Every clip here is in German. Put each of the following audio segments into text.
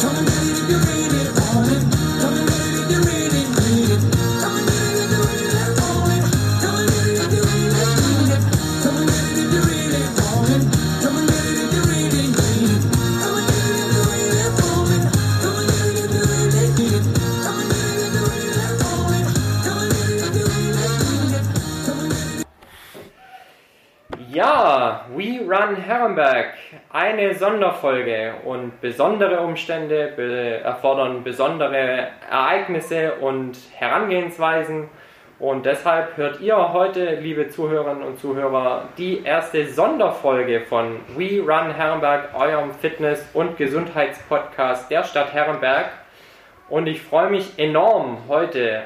Ja, We Run Herrenberg, eine Sonderfolge und besondere Umstände erfordern besondere Ereignisse und Herangehensweisen und deshalb hört ihr heute, liebe Zuhörerinnen und Zuhörer, die erste Sonderfolge von We Run Herrenberg, eurem Fitness- und Gesundheitspodcast der Stadt Herrenberg und ich freue mich enorm heute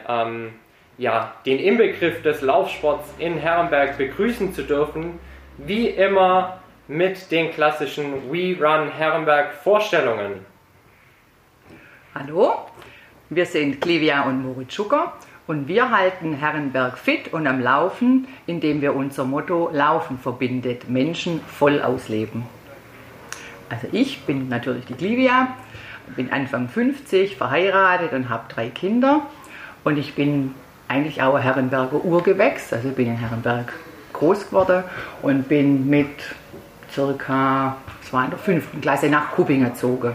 den Inbegriff des Laufsports in Herrenberg begrüßen zu dürfen, wie immer mit den klassischen We Run Herrenberg Vorstellungen. Hallo, wir sind Clivia und Moritz Schucker und wir halten Herrenberg fit und am Laufen, indem wir unser Motto Laufen verbindet, Menschen voll ausleben. Also ich bin natürlich die Clivia, bin Anfang 50, verheiratet und habe 3 Kinder und ich bin eigentlich auch ein Herrenberger Urgewächs, also ich bin in Herrenberg groß geworden und bin mit circa 5. Klasse nach Kupping gezogen.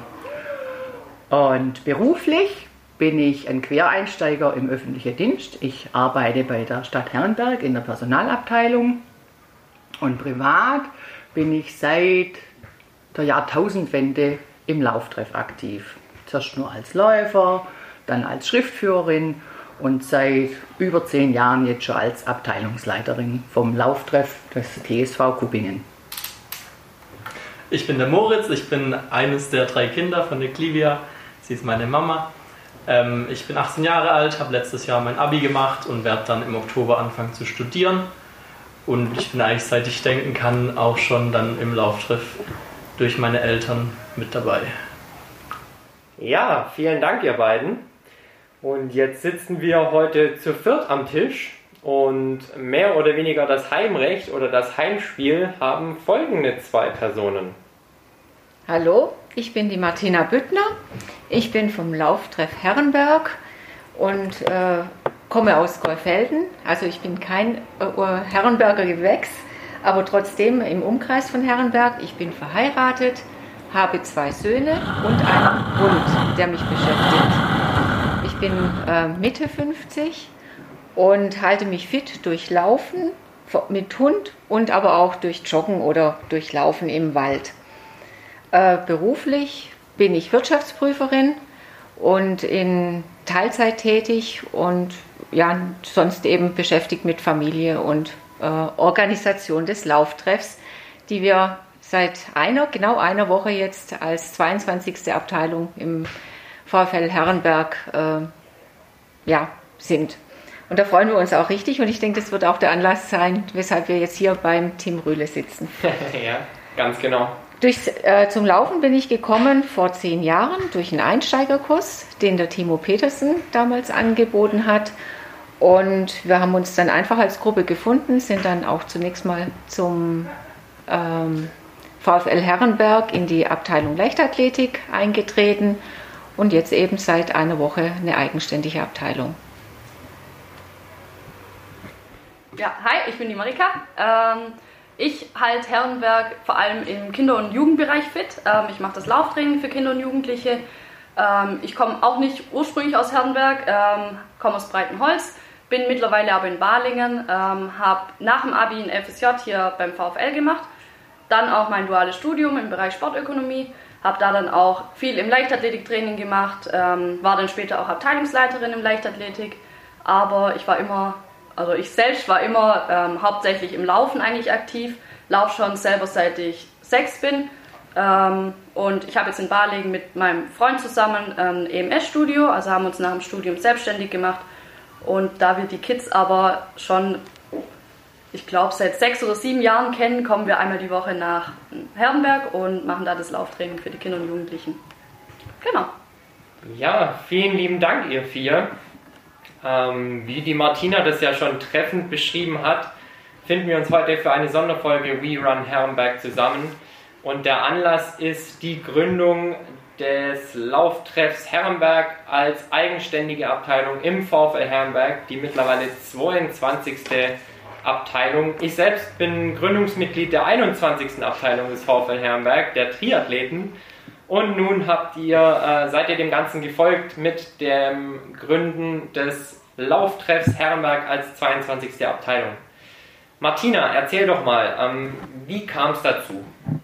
Und beruflich bin ich ein Quereinsteiger im öffentlichen Dienst. Ich arbeite bei der Stadt Herrenberg in der Personalabteilung und privat bin ich seit der Jahrtausendwende im Lauftreff aktiv. Zuerst nur als Läufer, dann als Schriftführerin und seit über 10 Jahren jetzt schon als Abteilungsleiterin vom Lauftreff des TSV Kuppingen. Ich bin der Moritz, ich bin eines der 3 Kinder von der Clivia, sie ist meine Mama. Ich bin 18 Jahre alt, habe letztes Jahr mein Abi gemacht und werde dann im Oktober anfangen zu studieren. Und ich bin eigentlich, seit ich denken kann, auch schon dann im Lauftreff durch meine Eltern mit dabei. Ja, vielen Dank ihr beiden. Und jetzt sitzen wir heute zu viert am Tisch und mehr oder weniger das Heimrecht oder das Heimspiel haben folgende 2 Personen. Hallo, ich bin die Martina Büttner. Ich bin vom Lauftreff Herrenberg und komme aus Gorfelden. Also ich bin kein Herrenberger Gewächs, aber trotzdem im Umkreis von Herrenberg. Ich bin verheiratet, habe 2 Söhne und einen Hund, der mich beschäftigt. Ich bin Mitte 50 und halte mich fit durch Laufen mit Hund und aber auch durch Joggen oder durch Laufen im Wald. Beruflich bin ich Wirtschaftsprüferin und in Teilzeit tätig und ja, sonst eben beschäftigt mit Familie und Organisation des Lauftreffs, die wir seit genau einer Woche jetzt als 22. Abteilung im VfL Herrenberg sind. Und da freuen wir uns auch richtig und ich denke, das wird auch der Anlass sein, weshalb wir jetzt hier beim Team Rühle sitzen. Ja, ganz genau. Zum Laufen bin ich gekommen vor 10 Jahren durch einen Einsteigerkurs, den der Timo Petersen damals angeboten hat. Und wir haben uns dann einfach als Gruppe gefunden, sind dann auch zunächst mal zum VfL Herrenberg in die Abteilung Leichtathletik eingetreten und jetzt eben seit einer Woche eine eigenständige Abteilung. Ja, hi, ich bin die Marika. Ich halte Herrenberg vor allem im Kinder- und Jugendbereich fit. Ich mache das Lauftraining für Kinder und Jugendliche. Ich komme auch nicht ursprünglich aus Herrenberg, komme aus Breitenholz, bin mittlerweile aber in Balingen, habe nach dem Abi ein FSJ hier beim VfL gemacht, dann auch mein duales Studium im Bereich Sportökonomie, habe da dann auch viel im Leichtathletiktraining gemacht, war dann später auch Abteilungsleiterin im Leichtathletik, aber ich selbst war immer hauptsächlich im Laufen eigentlich aktiv, laufe schon selber seit ich 6 bin und ich habe jetzt in Balingen mit meinem Freund zusammen ein EMS-Studio, also haben uns nach dem Studium selbstständig gemacht und da wir die Kids aber schon, ich glaube seit 6 oder 7 Jahren kennen, kommen wir einmal die Woche nach Herrenberg und machen da das Lauftraining für die Kinder und Jugendlichen. Genau. Ja, vielen lieben Dank ihr 4. Wie die Martina das ja schon treffend beschrieben hat, finden wir uns heute für eine Sonderfolge We Run Herrenberg zusammen. Und der Anlass ist die Gründung des Lauftreffs Herrenberg als eigenständige Abteilung im VfL Herrenberg, die mittlerweile 22. Abteilung. Ich selbst bin Gründungsmitglied der 21. Abteilung des VfL Herrenberg, der Triathleten. Und nun seid ihr dem Ganzen gefolgt mit dem Gründen des Lauftreffs Herrenberg als 22. Abteilung. Martina, erzähl doch mal, wie kam es dazu?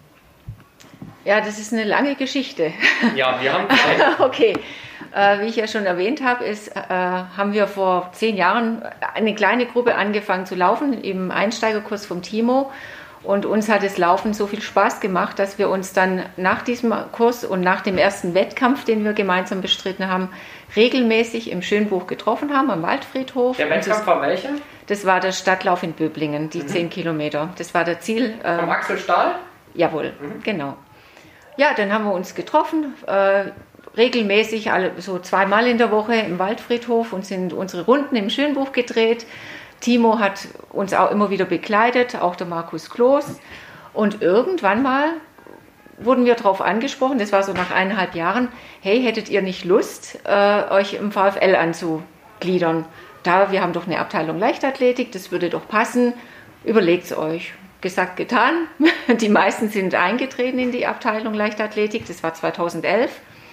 Ja, das ist eine lange Geschichte. Ja, wir haben Zeit. Okay, wie ich ja schon erwähnt habe, haben wir vor 10 Jahren eine kleine Gruppe angefangen zu laufen im Einsteigerkurs vom Timo. Und uns hat das Laufen so viel Spaß gemacht, dass wir uns dann nach diesem Kurs und nach dem ersten Wettkampf, den wir gemeinsam bestritten haben, regelmäßig im Schönbuch getroffen haben, am Waldfriedhof. Der Wettkampf war welcher? Das war der Stadtlauf in Böblingen, die 10 Kilometer. Das war der Ziel. Vom Axel Stahl? Jawohl, genau. Ja, dann haben wir uns getroffen, regelmäßig, so 2-mal in der Woche im Waldfriedhof und sind unsere Runden im Schönbuch gedreht. Timo hat uns auch immer wieder begleitet, auch der Markus Kloß. Und irgendwann mal wurden wir darauf angesprochen, das war so nach 1,5 Jahren, hey, hättet ihr nicht Lust, euch im VfL anzugliedern? Wir haben doch eine Abteilung Leichtathletik, das würde doch passen, überlegt es euch. Gesagt, getan. Die meisten sind eingetreten in die Abteilung Leichtathletik, das war 2011.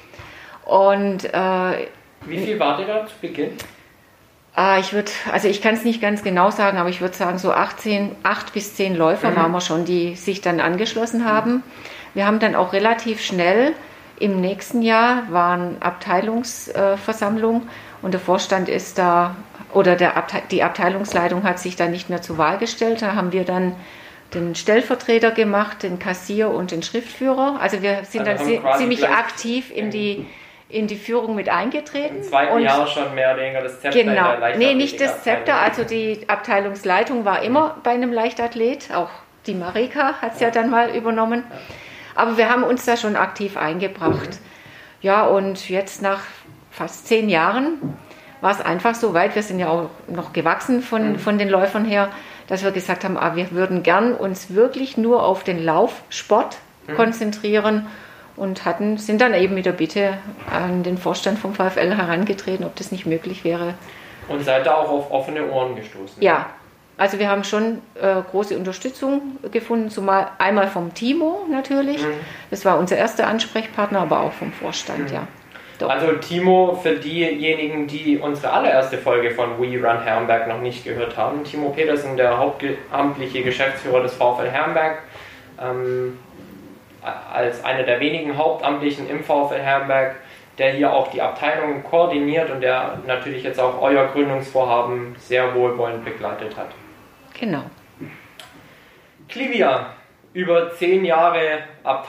Und wie viel wart ihr da zu Beginn? Ich kann es nicht ganz genau sagen, aber ich würde sagen, so 8 bis 10 Läufer waren wir schon, die sich dann angeschlossen haben. Wir haben dann auch relativ schnell, im nächsten Jahr waren Abteilungsversammlung und der Vorstand ist da, oder die Abteilungsleitung hat sich da nicht mehr zur Wahl gestellt. Da haben wir dann den Stellvertreter gemacht, den Kassier und den Schriftführer. Also wir sind dann ziemlich aktiv in die Führung mit eingetreten. Im zweiten Jahr schon mehr oder weniger das Zepter in der Leichtathletik. Nee, nicht das Zepter. Also die Abteilungsleitung war immer bei einem Leichtathlet. Auch die Marika hat es ja dann mal übernommen. Aber wir haben uns da schon aktiv eingebracht. Ja, und jetzt nach fast 10 Jahren war es einfach so weit, wir sind ja auch noch gewachsen von den Läufern her, dass wir gesagt haben, wir würden gern uns wirklich nur auf den Laufsport konzentrieren und sind dann eben mit der Bitte an den Vorstand vom VfL herangetreten, ob das nicht möglich wäre. Und seid da auch auf offene Ohren gestoßen? Ja, also wir haben schon große Unterstützung gefunden, zumal einmal vom Timo natürlich, das war unser erster Ansprechpartner, aber auch vom Vorstand, ja. Doch. Also Timo, für diejenigen, die unsere allererste Folge von We Run Herrenberg noch nicht gehört haben, Timo Petersen, der hauptamtliche Geschäftsführer des VfL Herrenberg, als einer der wenigen Hauptamtlichen im VfL Herrenberg, der hier auch die Abteilung koordiniert und der natürlich jetzt auch euer Gründungsvorhaben sehr wohlwollend begleitet hat. Genau. Clivia, über 10 Jahre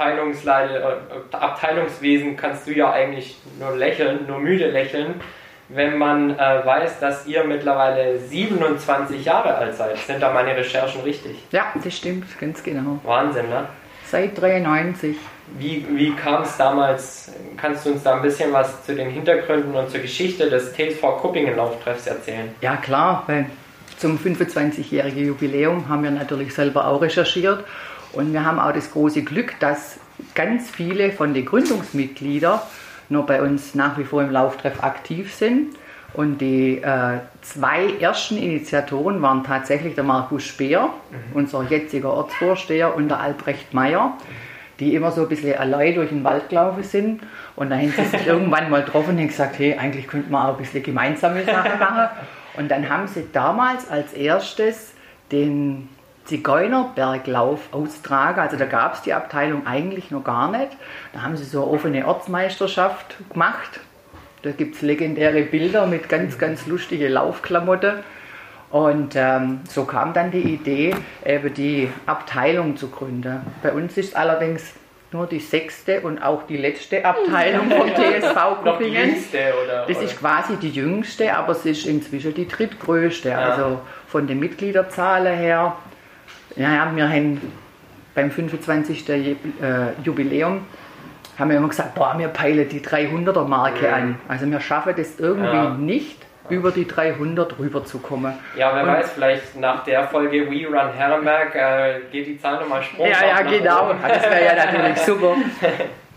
Abteilungswesen kannst du ja eigentlich nur müde lächeln, wenn man weiß, dass ihr mittlerweile 27 Jahre alt seid. Sind da meine Recherchen richtig? Ja, das stimmt, ganz genau. Wahnsinn, ne? Seit 93. Wie kam es damals? Kannst du uns da ein bisschen was zu den Hintergründen und zur Geschichte des TSV Kuppingen Lauftreffs erzählen? Ja klar, weil zum 25-jährigen Jubiläum haben wir natürlich selber auch recherchiert und wir haben auch das große Glück, dass ganz viele von den Gründungsmitgliedern noch bei uns nach wie vor im Lauftreff aktiv sind. Und die 2 ersten Initiatoren waren tatsächlich der Markus Speer, unser jetziger Ortsvorsteher, und der Albrecht Meyer, die immer so ein bisschen allein durch den Wald gelaufen sind. Und da haben sie sich irgendwann mal getroffen und gesagt, hey, eigentlich könnten wir auch ein bisschen gemeinsame Sachen machen. Und dann haben sie damals als erstes den Zigeunerberglauf austragen. Also da gab es die Abteilung eigentlich noch gar nicht. Da haben sie so eine offene Ortsmeisterschaft gemacht. Da gibt es legendäre Bilder mit ganz, ganz lustigen Laufklamotten. Und so kam dann die Idee, eben die Abteilung zu gründen. Bei uns ist allerdings nur die 6. und auch die letzte Abteilung vom TSV Kuppingen. Das ist quasi die jüngste, aber es ist inzwischen die drittgrößte. Ja. Also von den Mitgliederzahlen her. Ja, wir haben beim 25. Jubiläum haben wir immer gesagt, wir peilen die 300er-Marke an. Also wir schaffen das irgendwie nicht, über die 300 rüberzukommen. Ja, wer weiß, vielleicht nach der Folge We Run Herrenberg geht die Zahl nochmal sprunghaft. Ja, genau. Das wäre ja natürlich super.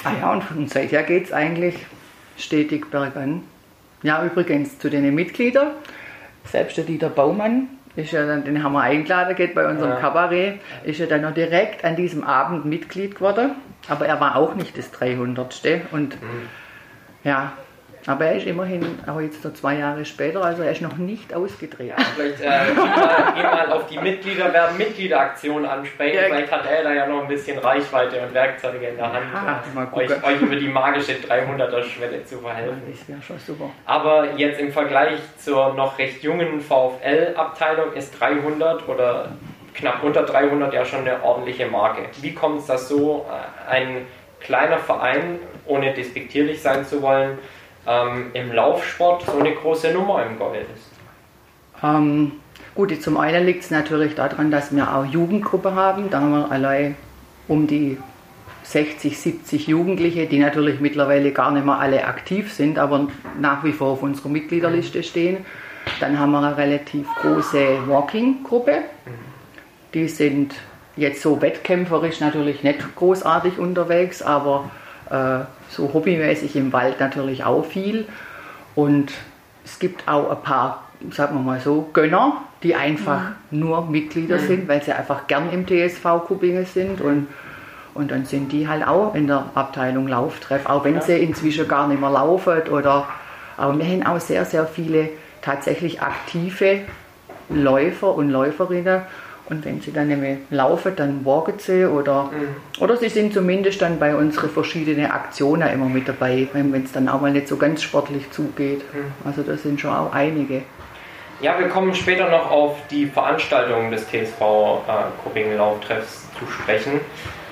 Ah ja, und seither geht es eigentlich stetig bergan. Ja, übrigens zu den Mitgliedern. Selbst der Dieter Baumann, ist ja dann, den haben wir eingeladen, geht bei unserem Kabarett, ist ja dann noch direkt an diesem Abend Mitglied geworden. Aber er war auch nicht das 300. Und ja, aber er ist immerhin auch jetzt noch 2 Jahre später, also er ist noch nicht ausgetreten. Ja, vielleicht geh mal auf die Mitgliederaktion ansprechen. Ja. Vielleicht hat er da ja noch ein bisschen Reichweite und Werkzeuge in der Hand, euch über die magische 300er-Schwelle zu verhelfen. Das wäre schon super. Aber jetzt im Vergleich zur noch recht jungen VfL-Abteilung ist 300 oder knapp unter 300 ja schon eine ordentliche Marke. Wie kommt es, dass so ein kleiner Verein, ohne despektierlich sein zu wollen, im Laufsport so eine große Nummer im Gold ist? Gut, zum einen liegt es natürlich daran, dass wir auch Jugendgruppe haben. Da haben wir allein um die 60, 70 Jugendliche, die natürlich mittlerweile gar nicht mehr alle aktiv sind, aber nach wie vor auf unserer Mitgliederliste stehen. Dann haben wir eine relativ große Walking-Gruppe. Die sind jetzt so wettkämpferisch natürlich nicht großartig unterwegs, aber so hobbymäßig im Wald natürlich auch viel. Und es gibt auch ein paar, sagen wir mal so, Gönner, die einfach nur Mitglieder sind, weil sie einfach gern im TSV Kuppingen sind. Und dann sind die halt auch in der Abteilung Lauftreff, auch wenn sie inzwischen gar nicht mehr laufen. Aber wir haben auch sehr, sehr viele tatsächlich aktive Läufer und Läuferinnen. Und wenn sie dann nicht mehr laufen, dann walken sie oder sie sind zumindest dann bei unseren verschiedenen Aktionen immer mit dabei, wenn es dann auch mal nicht so ganz sportlich zugeht. Also das sind schon auch einige. Ja, wir kommen später noch auf die Veranstaltungen des TSV Kuppingen Lauftreffs zu sprechen.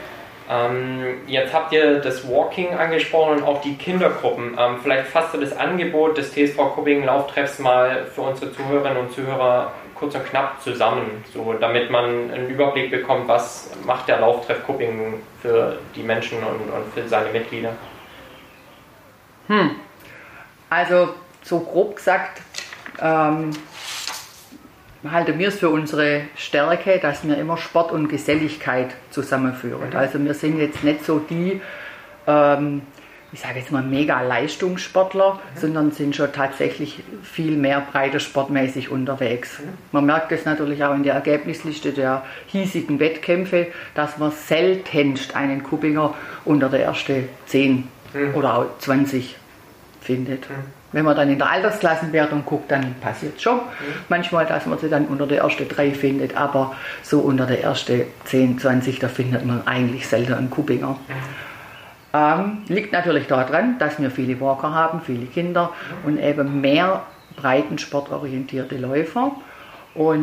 Jetzt habt ihr das Walking angesprochen und auch die Kindergruppen. Vielleicht fasst ihr das Angebot des TSV Kuppingen Lauftreffs mal für unsere Zuhörerinnen und Zuhörer kurz und knapp zusammen, so, damit man einen Überblick bekommt, was macht der Lauftreff Kuppingen für die Menschen und für seine Mitglieder. Also so grob gesagt, halten wir es für unsere Stärke, dass wir immer Sport und Geselligkeit zusammenführen. Also wir sind jetzt nicht so die, ich sage jetzt mal mega Leistungssportler, sondern sind schon tatsächlich viel mehr breitensportmäßig unterwegs. Man merkt es natürlich auch in der Ergebnisliste der hiesigen Wettkämpfe, dass man seltenst einen Kuppinger unter der ersten 10 oder auch 20 findet. Wenn man dann in der Altersklassenwertung guckt, dann passiert es schon. Manchmal, dass man sie dann unter der ersten 3 findet, aber so unter der ersten 10, 20, da findet man eigentlich selten einen Kuppinger. Liegt natürlich daran, dass wir viele Walker haben, viele Kinder und eben mehr breitensportorientierte Läufer. Und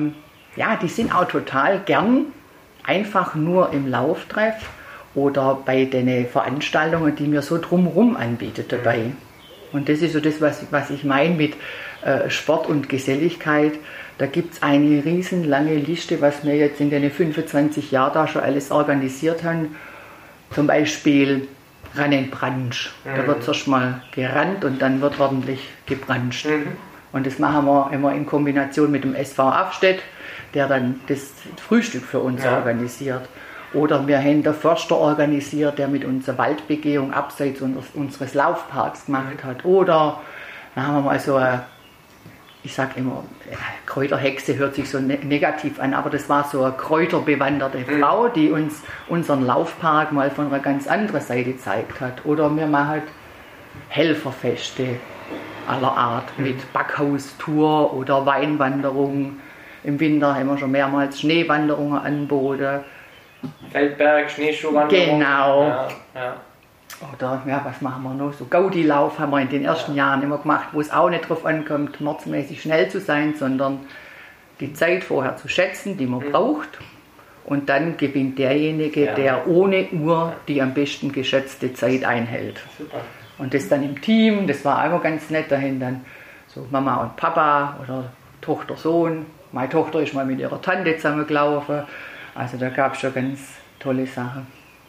die sind auch total gern einfach nur im Lauftreff oder bei den Veranstaltungen, die wir so drumherum anbieten dabei. Und das ist so das, was ich meine mit Sport und Geselligkeit. Da gibt es eine riesenlange Liste, was wir jetzt in den 25 Jahren da schon alles organisiert haben. Zum Beispiel Rennenbranch. Da wird zuerst mal gerannt und dann wird ordentlich gebranscht. Und das machen wir immer in Kombination mit dem SV Afstedt, der dann das Frühstück für uns organisiert. Oder wir haben den Förster organisiert, der mit uns eine Waldbegehung abseits unseres Laufparks gemacht hat. Oder dann haben wir mal so eine, ich sage immer, Kräuterhexe hört sich so negativ an, aber das war so eine kräuterbewanderte Frau, die uns unseren Laufpark mal von einer ganz anderen Seite gezeigt hat. Oder wir machen halt Helferfeste aller Art mit Backhaustour oder Weinwanderung. Im Winter haben wir schon mehrmals Schneewanderungen angeboten. Feldberg, Schneeschuhwanderung. Genau. Ja. Oder was machen wir noch? So Gaudi-Lauf haben wir in den ersten Jahren immer gemacht, wo es auch nicht darauf ankommt, mordsmäßig schnell zu sein, sondern die Zeit vorher zu schätzen, die man braucht. Und dann gewinnt derjenige, der ohne Uhr die am besten geschätzte Zeit einhält. Super. Und das dann im Team, das war immer ganz nett, dahin dann so Mama und Papa oder Tochter, Sohn. Meine Tochter ist mal mit ihrer Tante zusammengelaufen. Also da gab es schon ganz tolle Sachen.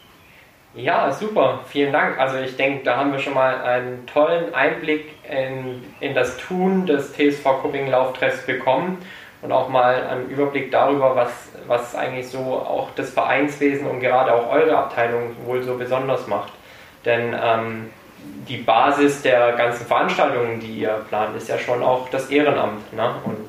Ja, super, vielen Dank. Also ich denke, da haben wir schon mal einen tollen Einblick in das Tun des TSV Kuppingen Lauftreffs bekommen und auch mal einen Überblick darüber, was eigentlich so auch das Vereinswesen und gerade auch eure Abteilung wohl so besonders macht. Denn die Basis der ganzen Veranstaltungen, die ihr plant, ist ja schon auch das Ehrenamt. Ne? Und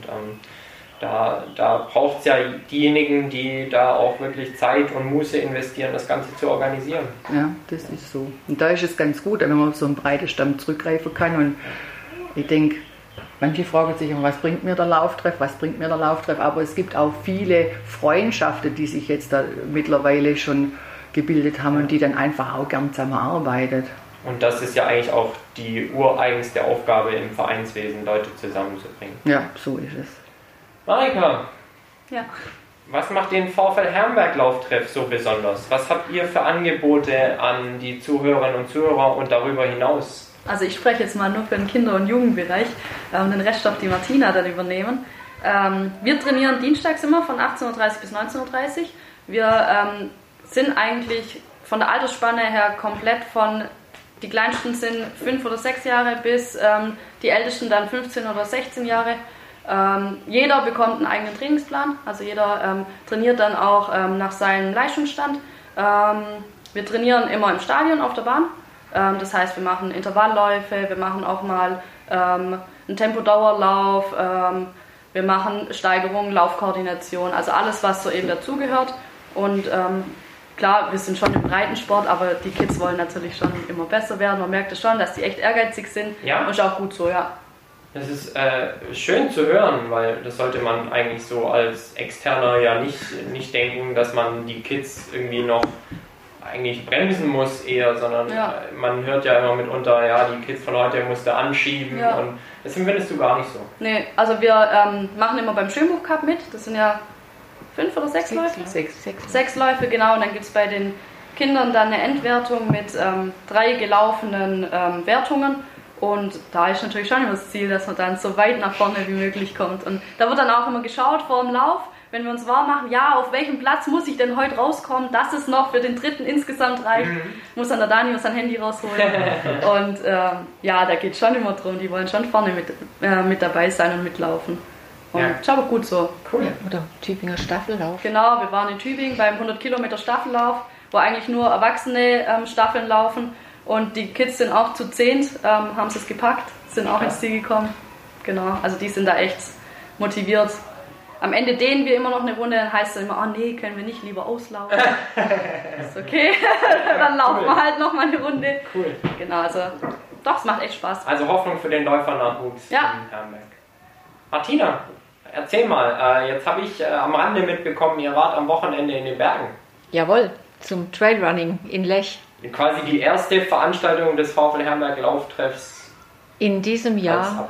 da braucht es ja diejenigen, die da auch wirklich Zeit und Muße investieren, das Ganze zu organisieren. Ja, das ist so. Und da ist es ganz gut, wenn man auf so einen breiten Stamm zurückgreifen kann. Und ich denke, manche fragen sich, was bringt mir der Lauftreff, aber es gibt auch viele Freundschaften, die sich jetzt da mittlerweile schon gebildet haben und die dann einfach auch gern zusammenarbeiten. Und das ist ja eigentlich auch die ureigenste Aufgabe im Vereinswesen, Leute zusammenzubringen. Ja, so ist es. Marika, Ja. was macht den VfL Herrenberg-Lauftreff so besonders? Was habt ihr für Angebote an die Zuhörerinnen und Zuhörer und darüber hinaus? Also ich spreche jetzt mal nur für den Kinder- und Jugendbereich und den Rest darf die Martina dann übernehmen. Wir trainieren dienstags immer von 18:30 bis 19:30 Uhr. Wir sind eigentlich von der Altersspanne her komplett von, die kleinsten sind 5 oder 6 Jahre bis die ältesten dann 15 oder 16 Jahre. Jeder bekommt einen eigenen Trainingsplan, also jeder trainiert dann auch nach seinem Leistungsstand. Wir trainieren immer im Stadion auf der Bahn, das heißt wir machen Intervallläufe, wir machen auch mal einen Tempodauerlauf, wir machen Steigerung, Laufkoordination, also alles was so eben dazugehört. Und klar, wir sind schon im Breitensport, aber die Kids wollen natürlich schon immer besser werden, man merkt es schon, dass die echt ehrgeizig sind, Ja. und ist auch gut so, ja. Das ist schön zu hören, weil das sollte man eigentlich so als Externer ja nicht denken, dass man die Kids irgendwie noch eigentlich bremsen muss eher, sondern man hört ja immer mitunter, ja, die Kids von heute musste anschieben und das empfindest du gar nicht so. Nee, also wir machen immer beim Schönbuch Cup mit, das sind ja 5 oder 6 Läufe? 6 Läufe, genau, und dann gibt es bei den Kindern dann eine Endwertung mit 3 gelaufenen Wertungen. Und da ist natürlich schon immer das Ziel, dass man dann so weit nach vorne wie möglich kommt. Und da wird dann auch immer geschaut vor dem Lauf, wenn wir uns warm machen, ja, auf welchem Platz muss ich denn heute rauskommen, dass es noch für den dritten insgesamt reicht. Muss dann der Dani sein Handy rausholen. Und ja, da geht es schon immer drum, die wollen schon vorne mit dabei sein und mitlaufen. Und ist aber gut so. Cool. Oder Tübinger Staffellauf. Genau, wir waren in Tübingen beim 100 Kilometer Staffellauf, wo eigentlich nur Erwachsene Staffeln laufen. Und die Kids sind auch zu 10, haben es gepackt, sind auch ins Ziel gekommen. Genau, also die sind da echt motiviert. Am Ende dehnen wir immer noch eine Runde, dann heißt es immer, oh nee, können wir nicht lieber auslaufen. Ist okay, dann laufen wir halt noch mal eine Runde. Cool. Genau, also doch, es macht echt Spaß. Also Hoffnung für den Läufernachwuchs in Herrenberg. Martina, erzähl mal, jetzt habe ich am Rande mitbekommen, ihr wart am Wochenende in den Bergen. Jawohl, zum Trailrunning in Lech. Quasi die erste Veranstaltung des VfL Herrenberg Lauftreffs. In diesem Jahr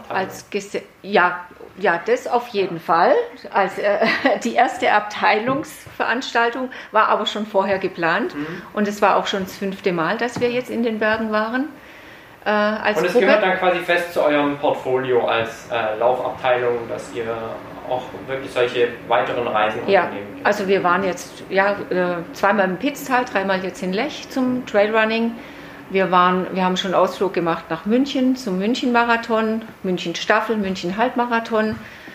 ja, das auf jeden Fall. Als die erste Abteilungsveranstaltung war aber schon vorher geplant und es war auch schon das 5. Mal, dass wir jetzt in den Bergen waren. Als und es Gruppe. gehört dann quasi fest zu eurem Portfolio als Laufabteilung, dass ihr auch wirklich solche weiteren Reisen unternehmen könnt. Also wir waren jetzt zweimal im Pitztal, 3-mal jetzt in Lech zum Trailrunning. Wir haben schon Ausflug gemacht nach München zum München-Marathon, München-Staffel, München-Halbmarathon.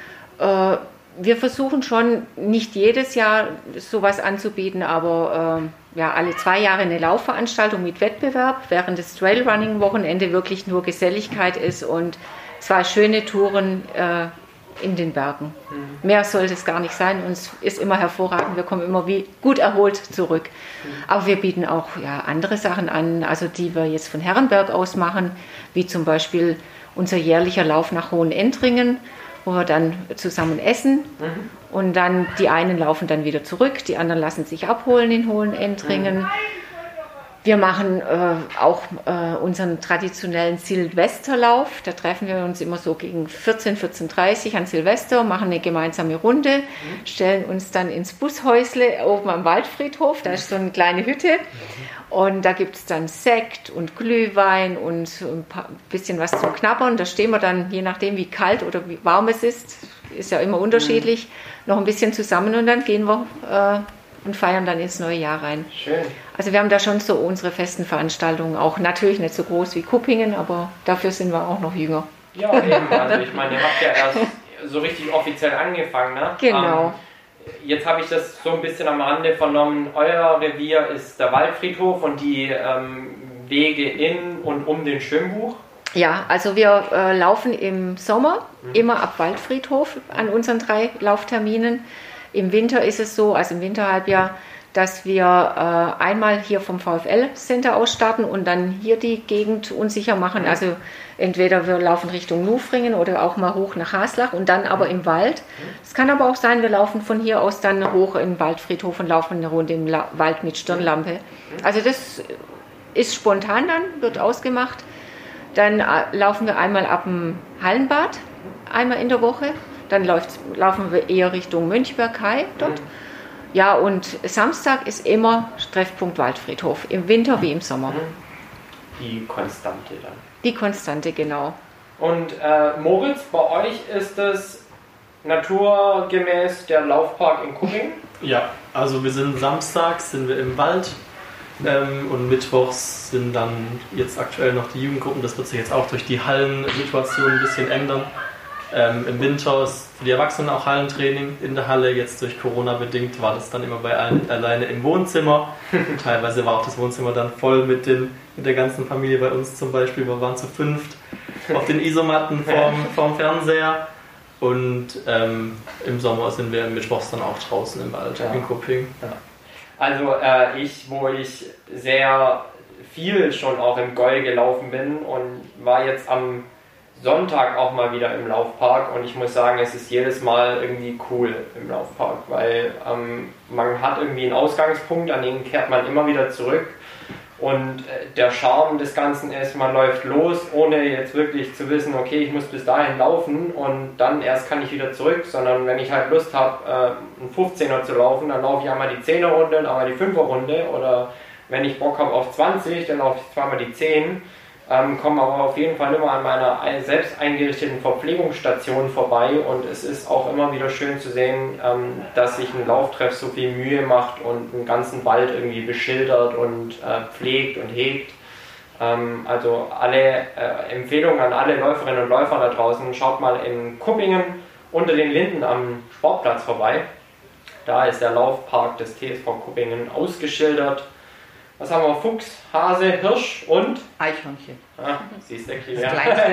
Wir versuchen schon nicht jedes Jahr sowas anzubieten, aber alle 2 Jahre eine Laufveranstaltung mit Wettbewerb, während das Trailrunning-Wochenende wirklich nur Geselligkeit ist und 2 schöne Touren in den Bergen. Mehr sollte es gar nicht sein. Uns ist immer hervorragend. Wir kommen immer wie gut erholt zurück. Aber wir bieten auch andere Sachen an, also die wir jetzt von Herrenberg aus machen, wie zum Beispiel unser jährlicher Lauf nach Hohenendringen, wo wir dann zusammen essen und dann die einen laufen dann wieder zurück, die anderen lassen sich abholen in Hohenendringen. Wir machen auch unseren traditionellen Silvesterlauf. Da treffen wir uns immer so gegen 14:30 an Silvester, machen eine gemeinsame Runde, stellen uns dann ins Bushäusle oben am Waldfriedhof. Da ist so eine kleine Hütte. Und da gibt es dann Sekt und Glühwein und ein bisschen was zum Knabbern. Da stehen wir dann, je nachdem wie kalt oder wie warm es ist ja immer unterschiedlich, noch ein bisschen zusammen und dann gehen wir und feiern dann ins neue Jahr rein. Schön. Also wir haben da schon so unsere festen Veranstaltungen, auch natürlich nicht so groß wie Kuppingen, aber dafür sind wir auch noch jünger. Ja, eben. Also ich meine, ihr habt ja erst so richtig offiziell angefangen, ne? Genau. Jetzt habe ich das so ein bisschen am Rande vernommen. Euer Revier ist der Waldfriedhof und die Wege in und um den Schönbuch? Ja, also wir laufen im Sommer immer ab Waldfriedhof an unseren 3 Laufterminen. Im Winter ist es so, also im Winterhalbjahr, dass wir einmal hier vom VfL-Center aus starten und dann hier die Gegend unsicher machen. Also entweder wir laufen Richtung Nufringen oder auch mal hoch nach Haslach und dann aber im Wald. Es kann aber auch sein, wir laufen von hier aus dann hoch in den Waldfriedhof und laufen eine Runde im Wald mit Stirnlampe. Also das ist spontan dann, wird ausgemacht. Dann laufen wir einmal ab dem Hallenbad, einmal in der Woche. Dann laufen wir eher Richtung Mönchberg-Kai dort. Ja, und Samstag ist immer Treffpunkt Waldfriedhof, im Winter wie im Sommer. Die Konstante dann. Die Konstante, genau. Und Moritz, bei euch ist es naturgemäß der Laufpark in Kuppingen? Ja, also wir sind samstags sind wir im Wald und mittwochs sind dann jetzt aktuell noch die Jugendgruppen. Das wird sich jetzt auch durch die Hallensituation ein bisschen ändern. Im Winter ist für die Erwachsenen auch Hallentraining in der Halle. Jetzt durch Corona bedingt war das dann immer bei allen alleine im Wohnzimmer. Teilweise war auch das Wohnzimmer dann voll mit der ganzen Familie. Bei uns zum Beispiel, wir waren zu 5 auf den Isomatten vorm Fernseher. Und im Sommer sind wir mittwochs dann auch draußen im Wald in Kuppingen. Ja. Also wo ich sehr viel schon auch im Gäu gelaufen bin und war jetzt am Sonntag auch mal wieder im Laufpark und ich muss sagen, es ist jedes Mal irgendwie cool im Laufpark, weil man hat irgendwie einen Ausgangspunkt, an den kehrt man immer wieder zurück und der Charme des Ganzen ist, man läuft los, ohne jetzt wirklich zu wissen, okay, ich muss bis dahin laufen und dann erst kann ich wieder zurück, sondern wenn ich halt Lust habe, einen 15er zu laufen, dann laufe ich einmal die 10er Runde und einmal die 5er Runde oder wenn ich Bock habe auf 20, dann laufe ich zweimal die 10. Komme aber auf jeden Fall immer an meiner selbst eingerichteten Verpflegungsstation vorbei und es ist auch immer wieder schön zu sehen, dass sich ein Lauftreff so viel Mühe macht und einen ganzen Wald irgendwie beschildert und pflegt und hegt. Also alle Empfehlungen an alle Läuferinnen und Läufer da draußen, schaut mal in Kuppingen unter den Linden am Sportplatz vorbei. Da ist der Laufpark des TSV Kuppingen ausgeschildert. Was haben wir? Fuchs, Hase, Hirsch und Eichhörnchen. Ah, siehst du, Das Kleinste.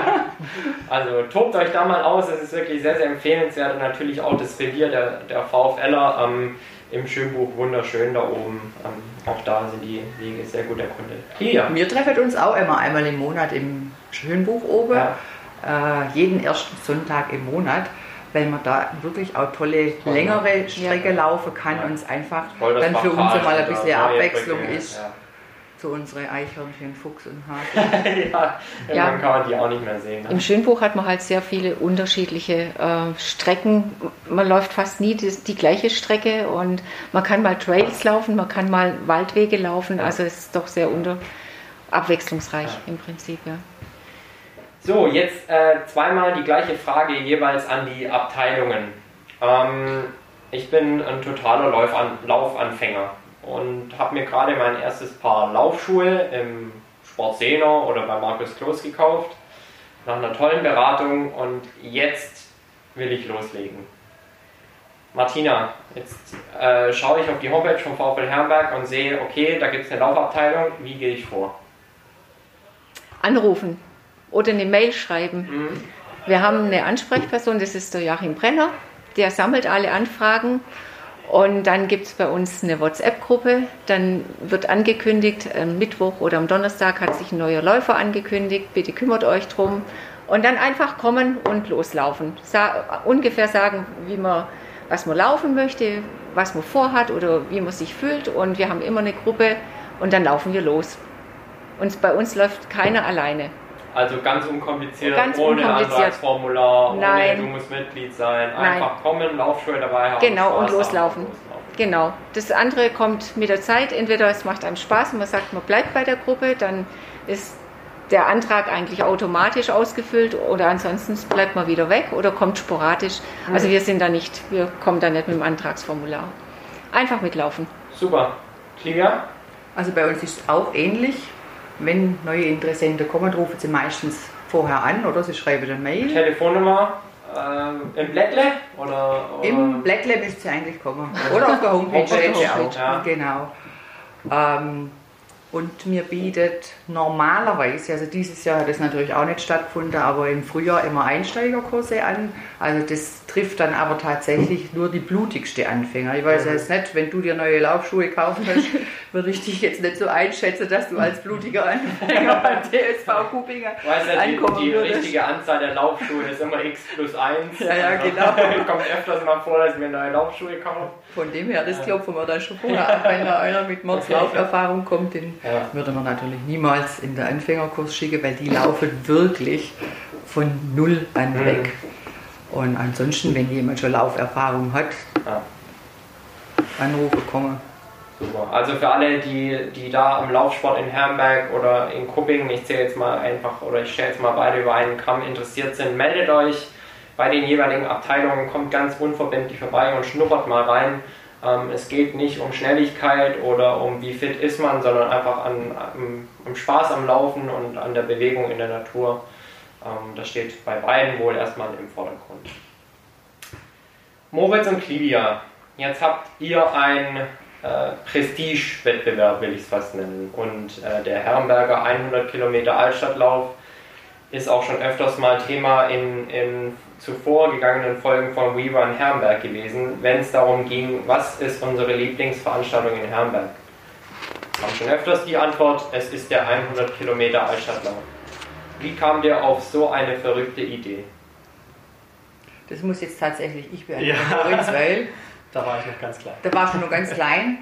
Also tobt euch da mal aus, es ist wirklich sehr, sehr empfehlenswert und natürlich auch das Revier der VfLer im Schönbuch wunderschön da oben. Auch da sind die Wege sehr gut erkundet. Hier. Wir treffen uns auch immer einmal im Monat im Schönbuch oben, jeden ersten Sonntag im Monat, weil man da wirklich auch tolle, längere Strecke laufen kann und es einfach dann für uns mal ein bisschen Abwechslung ist zu unseren Eichhörnchen, Fuchs und Hase. Man kann die auch nicht mehr sehen. Ne? Im Schönbuch hat man halt sehr viele unterschiedliche Strecken. Man läuft fast nie die gleiche Strecke und man kann mal Trails laufen, man kann mal Waldwege laufen. Also es ist doch sehr abwechslungsreich im Prinzip, ja. So, jetzt zweimal die gleiche Frage jeweils an die Abteilungen. Ich bin ein totaler Laufanfänger und habe mir gerade mein erstes Paar Laufschuhe im Sportsena oder bei Markus Kloß gekauft, nach einer tollen Beratung und jetzt will ich loslegen. Martina, jetzt schaue ich auf die Homepage vom VfL Herrenberg und sehe, okay, da gibt es eine Laufabteilung, wie gehe ich vor? Anrufen. Oder eine Mail schreiben. Wir haben eine Ansprechperson, das ist der Joachim Brenner, der sammelt alle Anfragen und dann gibt es bei uns eine WhatsApp-Gruppe, dann wird angekündigt, am Mittwoch oder am Donnerstag hat sich ein neuer Läufer angekündigt, bitte kümmert euch drum und dann einfach kommen und loslaufen. Ungefähr sagen, was man laufen möchte, was man vorhat oder wie man sich fühlt und wir haben immer eine Gruppe und dann laufen wir los. Und bei uns läuft keiner alleine. Also ganz unkompliziert, ohne Antragsformular, ohne du musst Mitglied sein, einfach kommen, Laufschuhe dabei haben. Genau, Spaß und loslaufen. Genau. Das andere kommt mit der Zeit, entweder es macht einem Spaß und man sagt, man bleibt bei der Gruppe, dann ist der Antrag eigentlich automatisch ausgefüllt oder ansonsten bleibt man wieder weg oder kommt sporadisch. Also wir kommen da nicht mit dem Antragsformular. Einfach mitlaufen. Super. Livia? Also bei uns ist es auch ähnlich. Wenn neue Interessenten kommen, rufen sie meistens vorher an oder sie schreiben eine Mail. Telefonnummer im Blättle? Oder? Im Blättle müsste sie eigentlich kommen. Oder auf der Homepage auch. Ja. Genau. Und mir bietet normalerweise, also dieses Jahr hat das natürlich auch nicht stattgefunden, aber im Frühjahr immer Einsteigerkurse an. Also das trifft dann aber tatsächlich nur die blutigste Anfänger. Ich weiß jetzt nicht, wenn du dir neue Laufschuhe kaufen willst, würde ich dich jetzt nicht so einschätzen, dass du als blutiger Anfänger beim TSV Kubingen ankommen die würdest. richtige Anzahl der Laufschuhe ist immer X+1. Ja, genau. Kommt öfters mal vor, dass wir neue Laufschuhe kaufen. Von dem her, das klopfen wir dann schon vorher ab, wenn da einer mit Mordslauferfahrung kommt, den würde man natürlich niemals in den Anfängerkurs schicken, weil die laufen wirklich von null an weg. Und ansonsten, wenn jemand schon Lauferfahrung hat, Anrufe kommen. Super. Also für alle, die da am Laufsport in Herrenberg oder in Kuppingen, ich zähle jetzt mal einfach, oder ich stelle jetzt mal beide über einen Kamm interessiert sind, meldet euch bei den jeweiligen Abteilungen, kommt ganz unverbindlich vorbei und schnuppert mal rein. Es geht nicht um Schnelligkeit oder um wie fit ist man, sondern einfach um Spaß am Laufen und an der Bewegung in der Natur. Das steht bei beiden wohl erstmal im Vordergrund. Moritz und Clivia, jetzt habt ihr einen Prestige-Wettbewerb, will ich es fast nennen. Und der Herrenberger 100 Kilometer Altstadtlauf ist auch schon öfters mal Thema in zuvor gegangenen Folgen von We Run Herrenberg gewesen, wenn es darum ging, was ist unsere Lieblingsveranstaltung in Herrenberg. Wir haben schon öfters die Antwort, es ist der 100 Kilometer Altstadtlauf. Wie kam der auf so eine verrückte Idee? Das muss jetzt tatsächlich ich beantworten, Moritz, weil Da war ich noch ganz klein. da war schon noch ganz klein.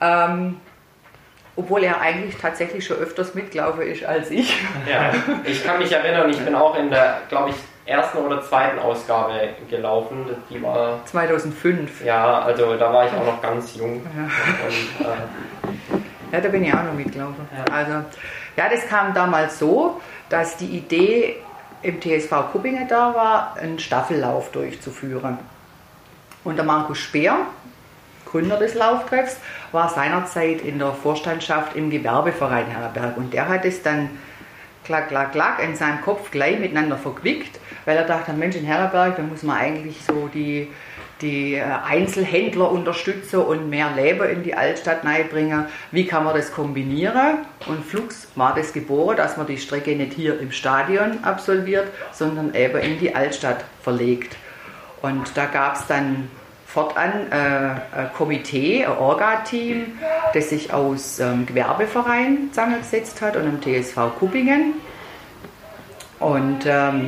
Obwohl er eigentlich tatsächlich schon öfters mitgelaufen ist als ich. Ja, ich kann mich erinnern, ich bin auch in der, glaube ich, ersten oder zweiten Ausgabe gelaufen. Die war 2005. ja, also da war ich auch noch ganz jung. Ja. Und, Ja, da bin ich auch noch mitgelaufen. Ja. Also, ja, das kam damals so, dass die Idee im TSV Kuppingen da war, einen Staffellauf durchzuführen. Und der Markus Speer, Gründer des Lauftreffs, war seinerzeit in der Vorstandschaft im Gewerbeverein Herrenberg. Und der hat es dann klack, klack, klack in seinem Kopf gleich miteinander verquickt, weil er dachte, Mensch, in Herrenberg, da muss man eigentlich so die Einzelhändler unterstützen und mehr Leben in die Altstadt bringen. Wie kann man das kombinieren? Und flugs war das geboren, dass man die Strecke nicht hier im Stadion absolviert, sondern eben in die Altstadt verlegt. Und da gab es dann fortan ein Komitee, ein Orga-Team, das sich aus Gewerbeverein zusammengesetzt hat und dem TSV Kuppingen. Und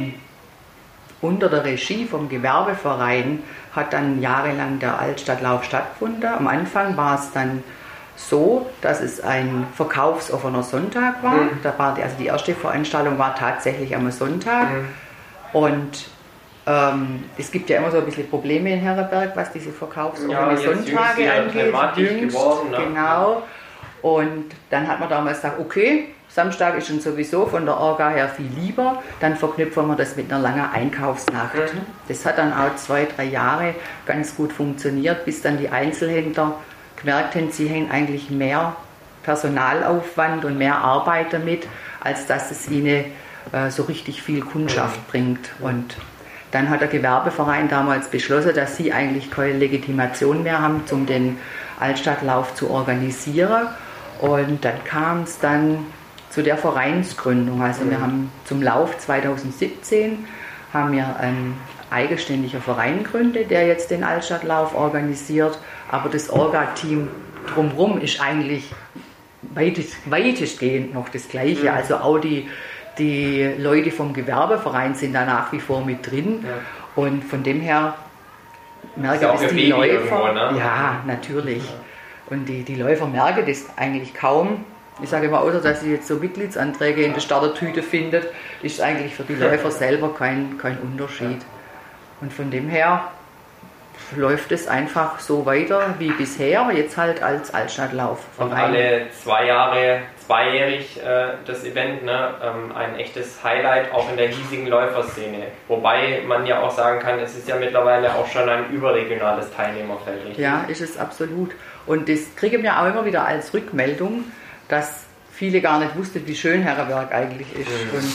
unter der Regie vom Gewerbeverein hat dann jahrelang der Altstadtlauf stattgefunden. Am Anfang war es dann so, dass es ein verkaufsoffener Sonntag war. Also die erste Veranstaltung war tatsächlich am Sonntag. Und es gibt ja immer so ein bisschen Probleme in Herrenberg, was diese verkaufsoffenen Sonntage angeht. Geworden, ne? Genau. Und dann hat man damals gesagt, okay, Samstag ist schon sowieso von der Orga her viel lieber, dann verknüpfen wir das mit einer langen Einkaufsnacht. Das hat dann auch 2-3 Jahre ganz gut funktioniert, bis dann die Einzelhändler gemerkt haben, sie haben eigentlich mehr Personalaufwand und mehr Arbeit damit, als dass es ihnen so richtig viel Kundschaft bringt. Und dann hat der Gewerbeverein damals beschlossen, dass sie eigentlich keine Legitimation mehr haben, um den Altstadtlauf zu organisieren. Und dann kam es dann zu der Vereinsgründung. Also wir haben zum Lauf 2017 haben wir einen eigenständigen Verein gegründet, der jetzt den Altstadtlauf organisiert. Aber das Orga-Team drumherum ist eigentlich weitestgehend noch das Gleiche. Also auch die Leute vom Gewerbeverein sind da nach wie vor mit drin. Ja. Und von dem her merken das die Läufer. Irgendwo, ne? Ja, natürlich. Ja. Und die Läufer merken das eigentlich kaum. Ich sage immer, außer dass sie jetzt so Mitgliedsanträge in der Startertüte findet, ist eigentlich für die Läufer selber kein Unterschied. Und von dem her läuft es einfach so weiter wie bisher, jetzt halt als Altstadtlauf. Und alle 2 Jahre, zweijährig das Event, ne? Ein echtes Highlight auch in der hiesigen Läuferszene. Wobei man ja auch sagen kann, es ist ja mittlerweile auch schon ein überregionales Teilnehmerfeld, richtig? Ja, ist es absolut. Und das kriegen wir auch immer wieder als Rückmeldung, dass viele gar nicht wussten, wie schön Herrenberg eigentlich ist.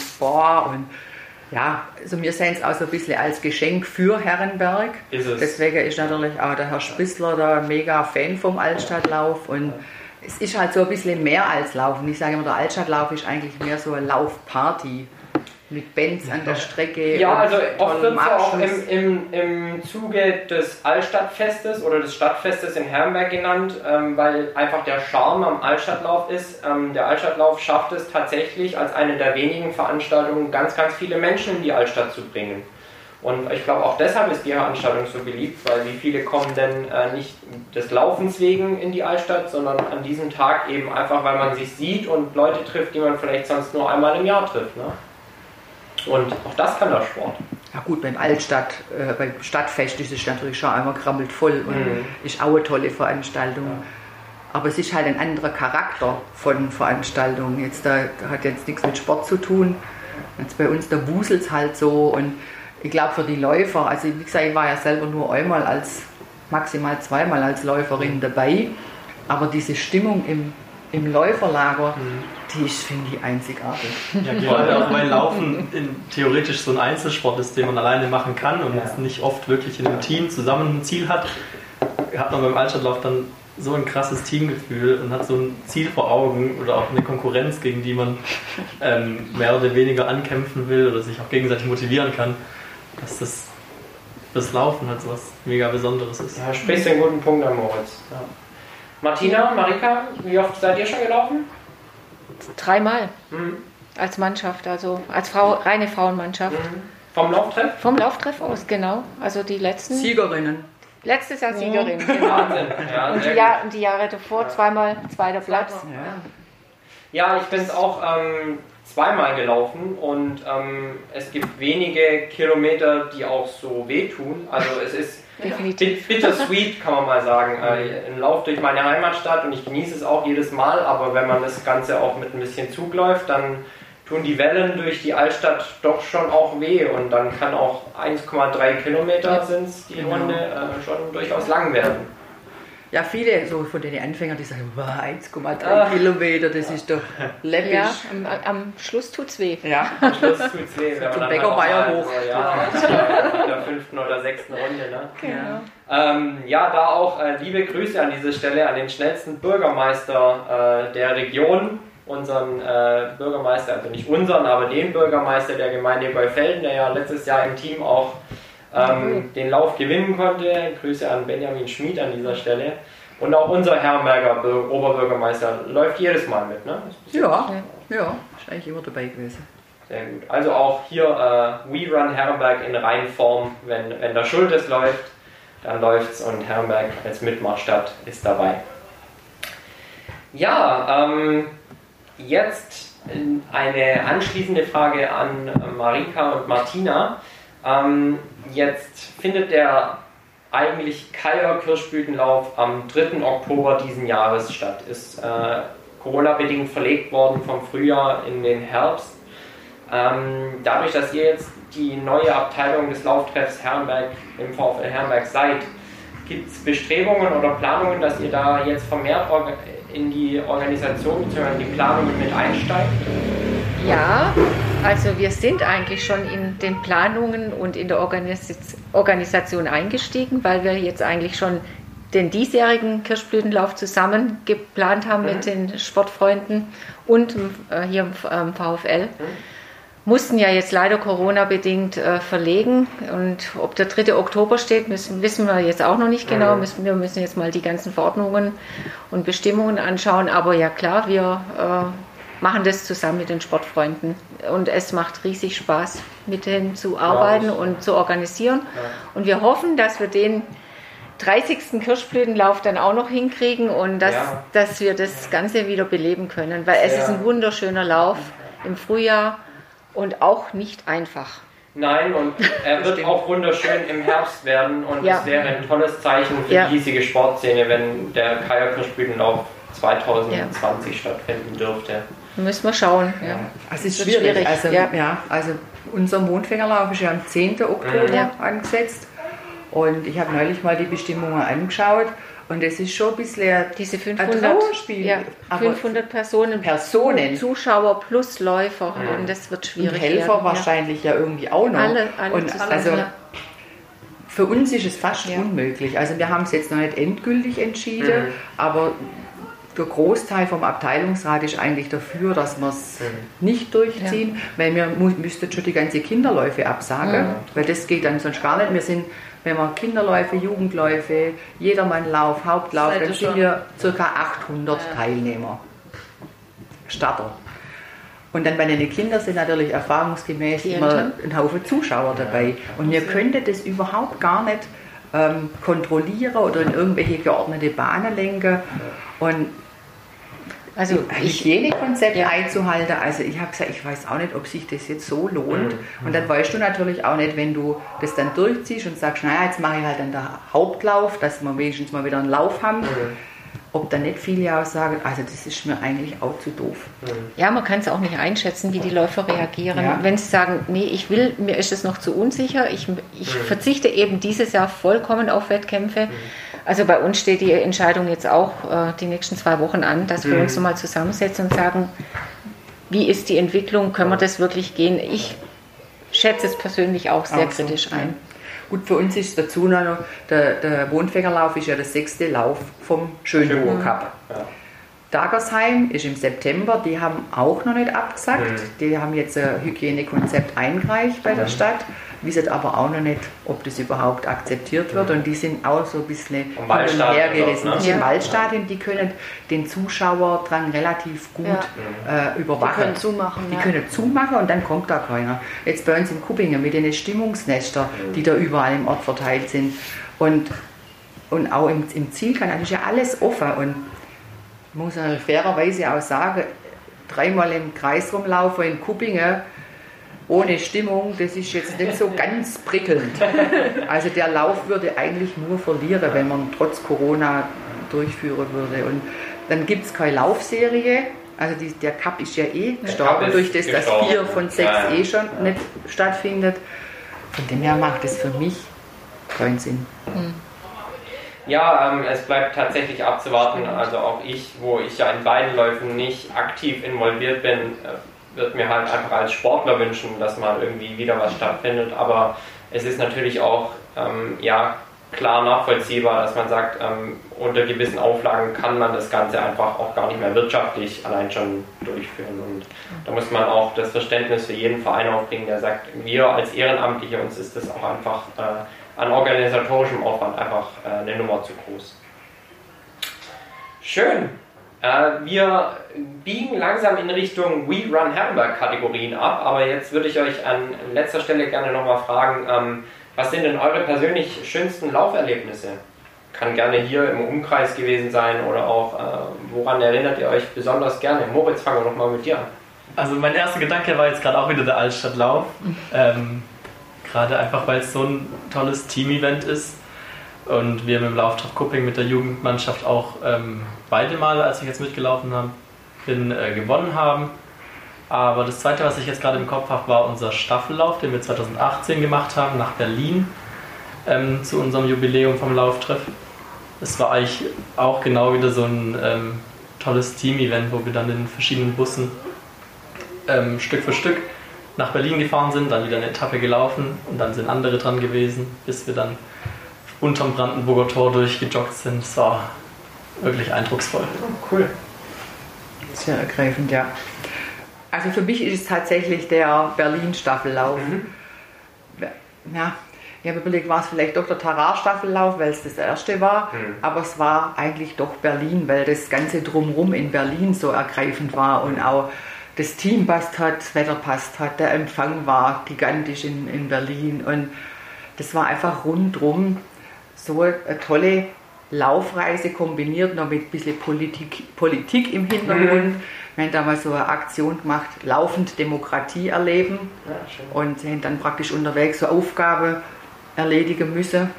Und ja, also wir sehen es auch so ein bisschen als Geschenk für Herrenberg. Ist es. Deswegen ist natürlich auch der Herr Spissler da mega Fan vom Altstadtlauf und Es ist halt so ein bisschen mehr als Laufen. Ich sage immer, der Altstadtlauf ist eigentlich mehr so eine Laufparty. Mit Bands an der Strecke. Ja, also oft wird es ja auch im Zuge des Altstadtfestes oder des Stadtfestes in Herrenberg genannt, weil einfach der Charme am Altstadtlauf ist. Der Altstadtlauf schafft es tatsächlich als eine der wenigen Veranstaltungen, ganz, ganz viele Menschen in die Altstadt zu bringen. Und ich glaube auch deshalb ist die Veranstaltung so beliebt, weil wie viele kommen denn nicht des Laufens wegen in die Altstadt, sondern an diesem Tag eben einfach, weil man sich sieht und Leute trifft, die man vielleicht sonst nur einmal im Jahr trifft. Ne? Und auch das kann der Sport. Ja gut, beim beim Stadtfest ist es natürlich schon einmal krabbelt voll und ist auch eine tolle Veranstaltung. Ja. Aber es ist halt ein anderer Charakter von Veranstaltungen. Jetzt da hat jetzt nichts mit Sport zu tun. Jetzt bei uns, da wuselt es halt so. Und ich glaube für die Läufer, also wie gesagt, ich war ja selber nur einmal maximal zweimal als Läuferin dabei. Aber diese Stimmung im Läuferlager, die ist, finde ich, einzigartig. Ja, gerade auch weil Laufen theoretisch so ein Einzelsport ist, den man alleine machen kann und jetzt nicht oft wirklich in einem Team zusammen ein Ziel hat man beim Altstadtlauf dann so ein krasses Teamgefühl und hat so ein Ziel vor Augen oder auch eine Konkurrenz, gegen die man mehr oder weniger ankämpfen will oder sich auch gegenseitig motivieren kann, dass das Laufen halt so was mega Besonderes ist. Ja, sprichst du einen guten Punkt an, Moritz. Ja. Martina, Marika, wie oft seid ihr schon gelaufen? 3-mal als Mannschaft, also als reine Frauenmannschaft. Vom Lauftreff? Vom Lauftreff aus, genau. Also die letzten... Siegerinnen. Letztes Jahr Siegerin, genau. Wahnsinn. Ja, und die Jahre davor zweimal zweiter Platz. Ja, ich bin es auch zweimal gelaufen und es gibt wenige Kilometer, die auch so wehtun. Also es ist bittersweet, kann man mal sagen. Ein Lauf durch meine Heimatstadt und ich genieße es auch jedes Mal, aber wenn man das Ganze auch mit ein bisschen Zug läuft, dann tun die Wellen durch die Altstadt doch schon auch weh und dann kann auch 1,3 Kilometer die Runde schon durchaus lang werden. Ja, viele so von den Anfängern, die sagen, 1,3 Kilometer, das ist doch läppisch. Ja, am Schluss tut's weh. Ja, am Schluss tut's weh. Wenn zum man Bäckermeier hoch. In der 5. oder 6. Runde. Ne? Genau. Da auch liebe Grüße an dieser Stelle an den schnellsten Bürgermeister der Region, unseren Bürgermeister, also nicht unseren, aber den Bürgermeister der Gemeinde Geufelden, der ja letztes Jahr im Team auch den Lauf gewinnen konnte. Grüße an Benjamin Schmid an dieser Stelle. Und auch unser Herrenberger Oberbürgermeister läuft jedes Mal mit, ne? Ja, ist eigentlich immer dabei gewesen. Sehr gut. Also auch hier We Run Herrenberg in Reinform. Wenn der Schultes läuft, dann läuft's und Herrenberg als Mitmachstadt ist dabei. Ja, jetzt eine anschließende Frage an Marika und Martina. Jetzt findet der eigentlich Keier-Kirschblütenlauf am 3. Oktober diesen Jahres statt. Ist Corona-bedingt verlegt worden vom Frühjahr in den Herbst. Dadurch, dass ihr jetzt die neue Abteilung des Lauftreffs Herrenberg im VfL Herrenberg seid, gibt es Bestrebungen oder Planungen, dass ihr da jetzt vermehrt in die Organisation bzw. in die Planungen mit einsteigt? Ja, also wir sind eigentlich schon in den Planungen und in der Organisation eingestiegen, weil wir jetzt eigentlich schon den diesjährigen Kirschblütenlauf zusammen geplant haben mit den Sportfreunden und hier im VfL. Mussten ja jetzt leider Corona-bedingt verlegen und ob der 3. Oktober steht, wissen wir jetzt auch noch nicht genau. Wir müssen jetzt mal die ganzen Verordnungen und Bestimmungen anschauen, aber ja klar, wir machen das zusammen mit den Sportfreunden und es macht riesig Spaß, mit denen zu arbeiten und zu organisieren und wir hoffen, dass wir den 30. Kirschblütenlauf dann auch noch hinkriegen und dass wir das Ganze wieder beleben können, weil es ist ein wunderschöner Lauf im Frühjahr und auch nicht einfach. Nein, und er wird auch wunderschön im Herbst werden und es wäre ein tolles Zeichen für die hiesige Sportszene, wenn der Keier-Kirschblütenlauf 2020 stattfinden dürfte. Müssen wir schauen. Ja. Also es ist schwierig. Also unser Mondfängerlauf ist ja am 10. Oktober angesetzt und ich habe neulich mal die Bestimmungen angeschaut und es ist schon ein bisschen diese ein Trauerspiel. Ja, 500 Personen, Zuschauer plus Läufer und das wird schwierig. Und Helfer wahrscheinlich ja irgendwie auch noch. Alle und zusammen, also für uns ist es fast unmöglich. Also wir haben es jetzt noch nicht endgültig entschieden, aber der Großteil vom Abteilungsrat ist eigentlich dafür, dass wir es nicht durchziehen, weil wir müssten schon die ganze Kinderläufe absagen, weil das geht dann sonst gar nicht. Wir sind, wenn wir Kinderläufe, Jugendläufe, Jedermannlauf, Hauptlauf, dann sind wir ca. 800 Teilnehmer, Starter. Und dann bei den Kindern sind natürlich erfahrungsgemäß immer ein Haufen Zuschauer dabei. Und wir könnten das überhaupt gar nicht kontrollieren oder in irgendwelche geordnete Bahnen lenken. Und also Hygienekonzept einzuhalten, also ich habe gesagt, ich weiß auch nicht, ob sich das jetzt so lohnt. Und dann weißt du natürlich auch nicht, wenn du das dann durchziehst und sagst, naja, jetzt mache ich halt dann den Hauptlauf, dass wir wenigstens mal wieder einen Lauf haben. Ob dann nicht viele auch sagen, also das ist mir eigentlich auch zu doof. Ja, man kann es auch nicht einschätzen, wie die Läufer reagieren. Ja. Wenn sie sagen, nee, mir ist es noch zu unsicher, ich verzichte eben dieses Jahr vollkommen auf Wettkämpfe. Also bei uns steht die Entscheidung jetzt auch die nächsten 2 Wochen an, dass wir uns nochmal zusammensetzen und sagen, wie ist die Entwicklung, können wir das wirklich gehen? Ich schätze es persönlich auch sehr kritisch ein. Gut, für uns ist dazu noch, der Wohnfängerlauf ist ja der 6. Lauf vom Schönburger Cup. Ja. Dagersheim ist im September, die haben auch noch nicht abgesagt. Die haben jetzt ein Hygienekonzept eingereicht bei der Stadt, wissen aber auch noch nicht, ob das überhaupt akzeptiert wird. Und die sind auch so ein bisschen hergerissen. Die Waldstadien, die können den Zuschauerdrang relativ gut überwachen. Die können zumachen. Die können zumachen und dann kommt da keiner. Jetzt bei uns in Kuppingen mit den Stimmungsnestern, die da überall im Ort verteilt sind. Und auch im Zielkanal ist ja alles offen. Und ich muss fairerweise auch sagen, 3-mal im Kreis rumlaufen in Kuppingen ohne Stimmung, das ist jetzt nicht so ganz prickelnd. Also der Lauf würde eigentlich nur verlieren, wenn man trotz Corona durchführen würde. Und dann gibt es keine Laufserie. Also der Cup ist ja gestorben, durch das 4 von 6 schon nicht stattfindet. Von dem her macht es für mich keinen Sinn. Ja, es bleibt tatsächlich abzuwarten. Also auch ich, wo ich ja in beiden Läufen nicht aktiv involviert bin, würde mir halt einfach als Sportler wünschen, dass mal irgendwie wieder was stattfindet. Aber es ist natürlich auch klar nachvollziehbar, dass man sagt, unter gewissen Auflagen kann man das Ganze einfach auch gar nicht mehr wirtschaftlich allein schon durchführen. Und da muss man auch das Verständnis für jeden Verein aufbringen, der sagt, wir als Ehrenamtliche, uns ist das auch einfach an organisatorischem Aufwand einfach eine Nummer zu groß. Schön. Wir biegen langsam in Richtung We Run Herrenberg Kategorien ab, aber jetzt würde ich euch an letzter Stelle gerne nochmal fragen, was sind denn eure persönlich schönsten Lauferlebnisse? Kann gerne hier im Umkreis gewesen sein oder auch, woran erinnert ihr euch besonders gerne? Moritz, fangen wir doch mal mit dir an. Also mein erster Gedanke war jetzt gerade auch wieder der Altstadtlauf. Gerade einfach, weil es so ein tolles Team-Event ist und wir mit dem Lauftreff Kupping mit der Jugendmannschaft auch beide Male, als ich jetzt mitgelaufen bin, gewonnen haben. Aber das zweite, was ich jetzt gerade im Kopf habe, war unser Staffellauf, den wir 2018 gemacht haben, nach Berlin zu unserem Jubiläum vom Lauftreff. Das war eigentlich auch genau wieder so ein tolles Team-Event, wo wir dann in verschiedenen Bussen Stück für Stück nach Berlin gefahren sind, dann wieder eine Etappe gelaufen und dann sind andere dran gewesen, bis wir dann unterm Brandenburger Tor durchgejoggt sind. Das war wirklich eindrucksvoll. Oh, cool. Sehr ergreifend, ja. Also für mich ist es tatsächlich der Berlin-Staffellauf. Ja, ich habe überlegt, war es vielleicht doch der Tarrar-Staffellauf, weil es das erste war, aber es war eigentlich doch Berlin, weil das Ganze drumherum in Berlin so ergreifend war und auch das Team passt hat, das Wetter passt hat, der Empfang war gigantisch in Berlin und das war einfach rundherum so eine tolle Laufreise kombiniert noch mit ein bisschen Politik im Hintergrund. Wir haben damals so eine Aktion gemacht, laufend Demokratie erleben und haben dann praktisch unterwegs so Aufgaben erledigen müssen.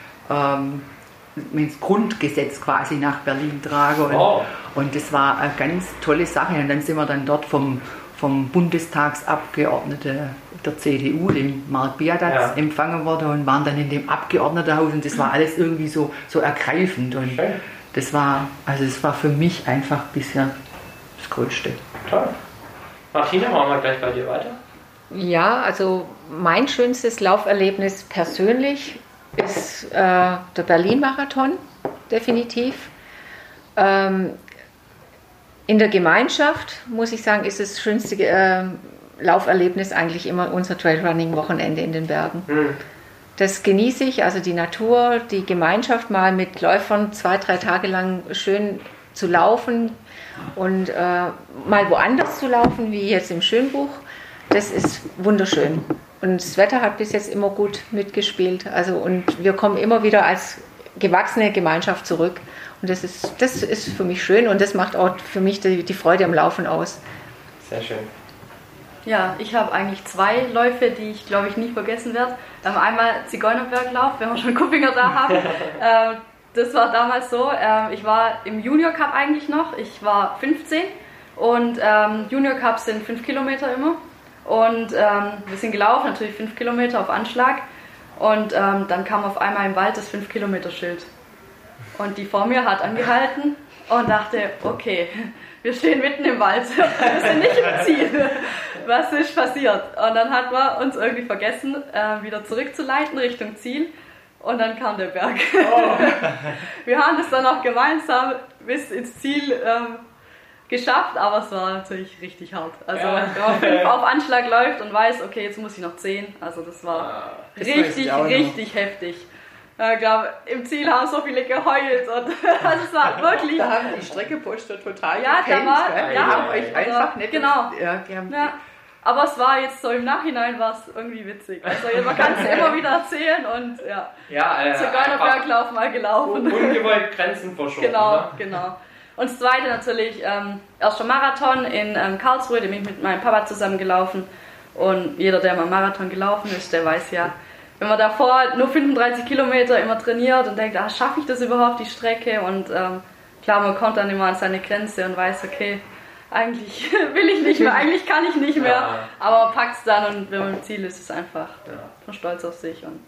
Das Grundgesetz quasi nach Berlin tragen und das war eine ganz tolle Sache. Und dann sind wir dann dort vom Bundestagsabgeordneten der CDU, dem Marc Biadatz, empfangen worden und waren dann in dem Abgeordnetenhaus und das war alles irgendwie so ergreifend und das war für mich einfach bisher das Größte. Toll. Martina, machen wir gleich bei dir weiter. Ja, also mein schönstes Lauferlebnis persönlich ist der Berlin-Marathon, definitiv. In der Gemeinschaft, muss ich sagen, ist das schönste Lauferlebnis eigentlich immer unser Trailrunning-Wochenende in den Bergen. Das genieße ich, also die Natur, die Gemeinschaft, mal mit Läufern 2-3 Tage lang schön zu laufen und mal woanders zu laufen, wie jetzt im Schönbuch. Das ist wunderschön. Und das Wetter hat bis jetzt immer gut mitgespielt. Also, und wir kommen immer wieder als gewachsene Gemeinschaft zurück. Und das ist für mich schön und das macht auch für mich die Freude am Laufen aus. Sehr schön. Ja, ich habe eigentlich 2 Läufe, die ich glaube ich nie vergessen werde. Einmal Zigeunerberglauf, wenn wir schon Kuppinger da haben. Das war damals so, ich war im Junior Cup eigentlich noch, ich war 15 und Junior Cup sind 5 Kilometer immer. Und wir sind gelaufen, natürlich 5 Kilometer auf Anschlag. Und dann kam auf einmal im Wald das 5-Kilometer-Schild. Und die vor mir hat angehalten und dachte, okay, wir stehen mitten im Wald, wir sind nicht im Ziel. Was ist passiert? Und dann hat man uns irgendwie vergessen, wieder zurückzuleiten Richtung Ziel. Und dann kam der Berg. Oh. Wir haben es dann auch gemeinsam bis ins Ziel geschafft, aber es war natürlich richtig hart. Also wenn man 5 auf Anschlag läuft und weiß, okay, jetzt muss ich noch 10. Also das war richtig heftig. Ich glaube, im Ziel haben so viele geheult und also es war wirklich... Da haben die Streckeposter total gepennt, die haben euch einfach nicht... Genau. Aber es war jetzt so im Nachhinein war es irgendwie witzig. Also man kann es immer wieder erzählen und Zigeunerberglauf mal gelaufen. Ungewollt Grenzen verschoben. Genau. Und das zweite natürlich, erster Marathon in Karlsruhe, den bin ich mit meinem Papa zusammen gelaufen. Und jeder, der mal Marathon gelaufen ist, der weiß ja, wenn man davor nur 35 Kilometer immer trainiert und denkt, schaffe ich das überhaupt, die Strecke? Und klar, man kommt dann immer an seine Grenze und weiß, okay, eigentlich will ich nicht mehr, eigentlich kann ich nicht mehr. Ja. Aber man packt es dann und wenn man im Ziel ist, ist es einfach stolz auf sich. Und,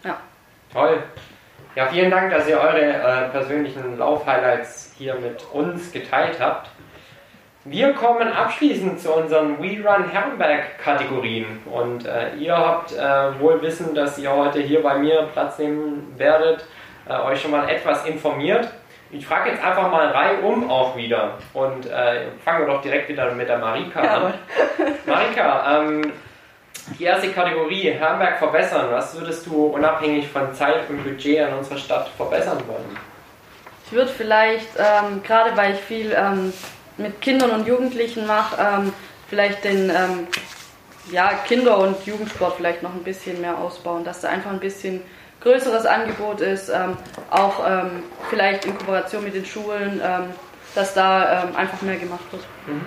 Toll. Ja, vielen Dank, dass ihr eure persönlichen Lauf-Highlights hier mit uns geteilt habt. Wir kommen abschließend zu unseren We Run Herrenberg-Kategorien. Und ihr habt wohl wissen, dass ihr heute hier bei mir Platz nehmen werdet, euch schon mal etwas informiert. Ich frage jetzt einfach mal reihum auch wieder und fangen wir doch direkt wieder mit der Marika an. Marika, die erste Kategorie, Herrenberg verbessern. Was würdest du unabhängig von Zeit und Budget an unserer Stadt verbessern wollen? Ich würde vielleicht, gerade weil ich viel mit Kindern und Jugendlichen mache, vielleicht den Kinder- und Jugendsport vielleicht noch ein bisschen mehr ausbauen, dass da einfach ein bisschen größeres Angebot ist, auch vielleicht in Kooperation mit den Schulen, dass da einfach mehr gemacht wird.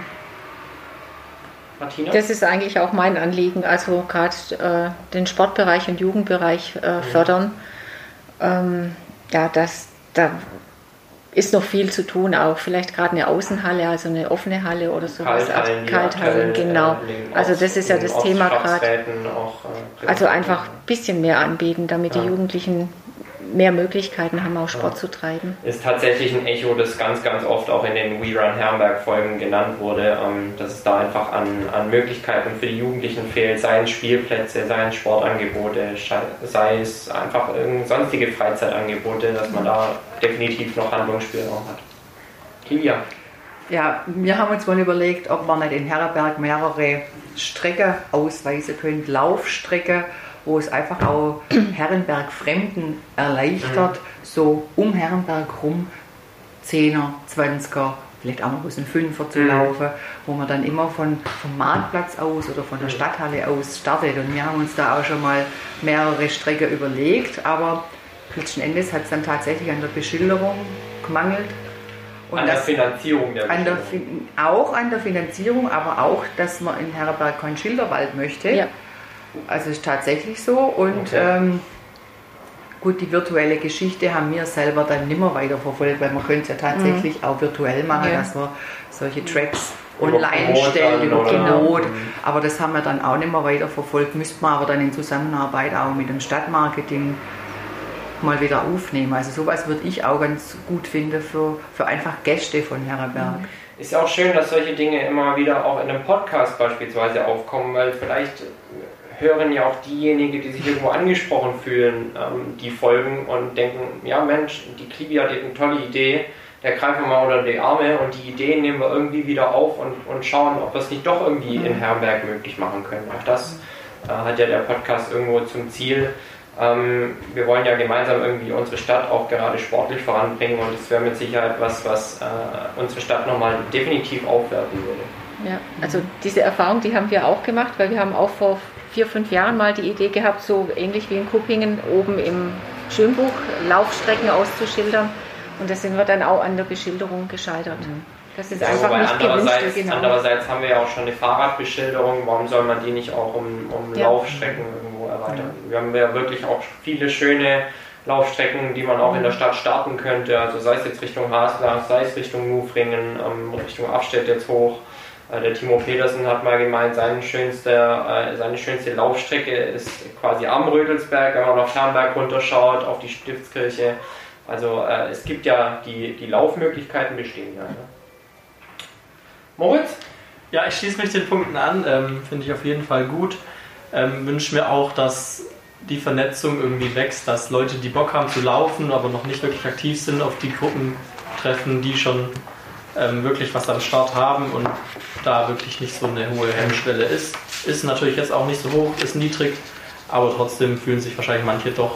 Martina? Das ist eigentlich auch mein Anliegen, also gerade den Sportbereich und Jugendbereich fördern. Da ist noch viel zu tun, auch vielleicht gerade eine Außenhalle, also eine offene Halle oder sowas. Kalthallen, genau. Also das ist ja das Thema gerade. Also einfach ein bisschen mehr anbieten, damit die Jugendlichen mehr Möglichkeiten haben, auch Sport zu treiben. Ist tatsächlich ein Echo, das ganz, ganz oft auch in den We Run Herrenberg-Folgen genannt wurde, dass es da einfach an Möglichkeiten für die Jugendlichen fehlt, seien es Spielplätze, seien es Sportangebote, sei es einfach sonstige Freizeitangebote, dass man da definitiv noch Handlungsspielraum hat. Livia? Ja, wir haben uns mal überlegt, ob man nicht in Herrenberg mehrere Strecken ausweisen könnte, Laufstrecke, wo es einfach auch Herrenberg-Fremden erleichtert, so um Herrenberg rum 10er, 20er, vielleicht auch noch ein 5er zu laufen, wo man dann immer vom Marktplatz aus oder von der Stadthalle aus startet. Und wir haben uns da auch schon mal mehrere Strecken überlegt, aber letzten Endes hat es dann tatsächlich an der Beschilderung gemangelt. Und an der Finanzierung der Beschilderung. Auch an der Finanzierung, aber auch, dass man in Herrenberg keinen Schilderwald möchte. Ja. Also ist tatsächlich so und gut, die virtuelle Geschichte haben wir selber dann nicht mehr weiterverfolgt, weil man könnte es ja tatsächlich auch virtuell machen, dass man solche Tracks online stellt über Komoot, aber das haben wir dann auch nicht mehr weiterverfolgt, müsste man aber dann in Zusammenarbeit auch mit dem Stadtmarketing mal wieder aufnehmen. Also sowas würde ich auch ganz gut finden für einfach Gäste von Herrenberg. Ist ja auch schön, dass solche Dinge immer wieder auch in einem Podcast beispielsweise aufkommen, weil vielleicht hören ja auch diejenigen, die sich irgendwo angesprochen fühlen, die Folgen und denken, ja Mensch, die Clivia hat eine tolle Idee, der greifen wir mal unter die Arme und die Ideen nehmen wir irgendwie wieder auf und schauen, ob wir es nicht doch irgendwie in Herrenberg möglich machen können. Auch das hat ja der Podcast irgendwo zum Ziel. Wir wollen ja gemeinsam irgendwie unsere Stadt auch gerade sportlich voranbringen und es wäre mit Sicherheit was unsere Stadt nochmal definitiv aufwerten würde. Ja, also diese Erfahrung, die haben wir auch gemacht, weil wir haben auch vor 4-5 Jahren mal die Idee gehabt, so ähnlich wie in Kuppingen oben im Schönbuch Laufstrecken auszuschildern und da sind wir dann auch an der Beschilderung gescheitert. Das ist einfach nicht gewünscht. Genau. Andererseits haben wir ja auch schon eine Fahrradbeschilderung, warum soll man die nicht auch um Laufstrecken irgendwo erweitern? Wir haben ja wirklich auch viele schöne Laufstrecken, die man auch in der Stadt starten könnte, also sei es jetzt Richtung Haslach, sei es Richtung Nufringen, Richtung Afstedt jetzt hoch. Der Timo Petersen hat mal gemeint, seine schönste Laufstrecke ist quasi am Rödelsberg, wenn man auf Herrenberg runterschaut, auf die Stiftskirche. Also es gibt ja, die Laufmöglichkeiten bestehen ja. Ne? Moritz? Ja, ich schließe mich den Punkten an, finde ich auf jeden Fall gut. Wünsche mir auch, dass die Vernetzung irgendwie wächst, dass Leute, die Bock haben zu laufen, aber noch nicht wirklich aktiv sind, auf die Gruppen treffen, die schon wirklich was am Start haben und da wirklich nicht so eine hohe Hemmschwelle ist. Ist natürlich jetzt auch nicht so hoch, ist niedrig, aber trotzdem fühlen sich wahrscheinlich manche doch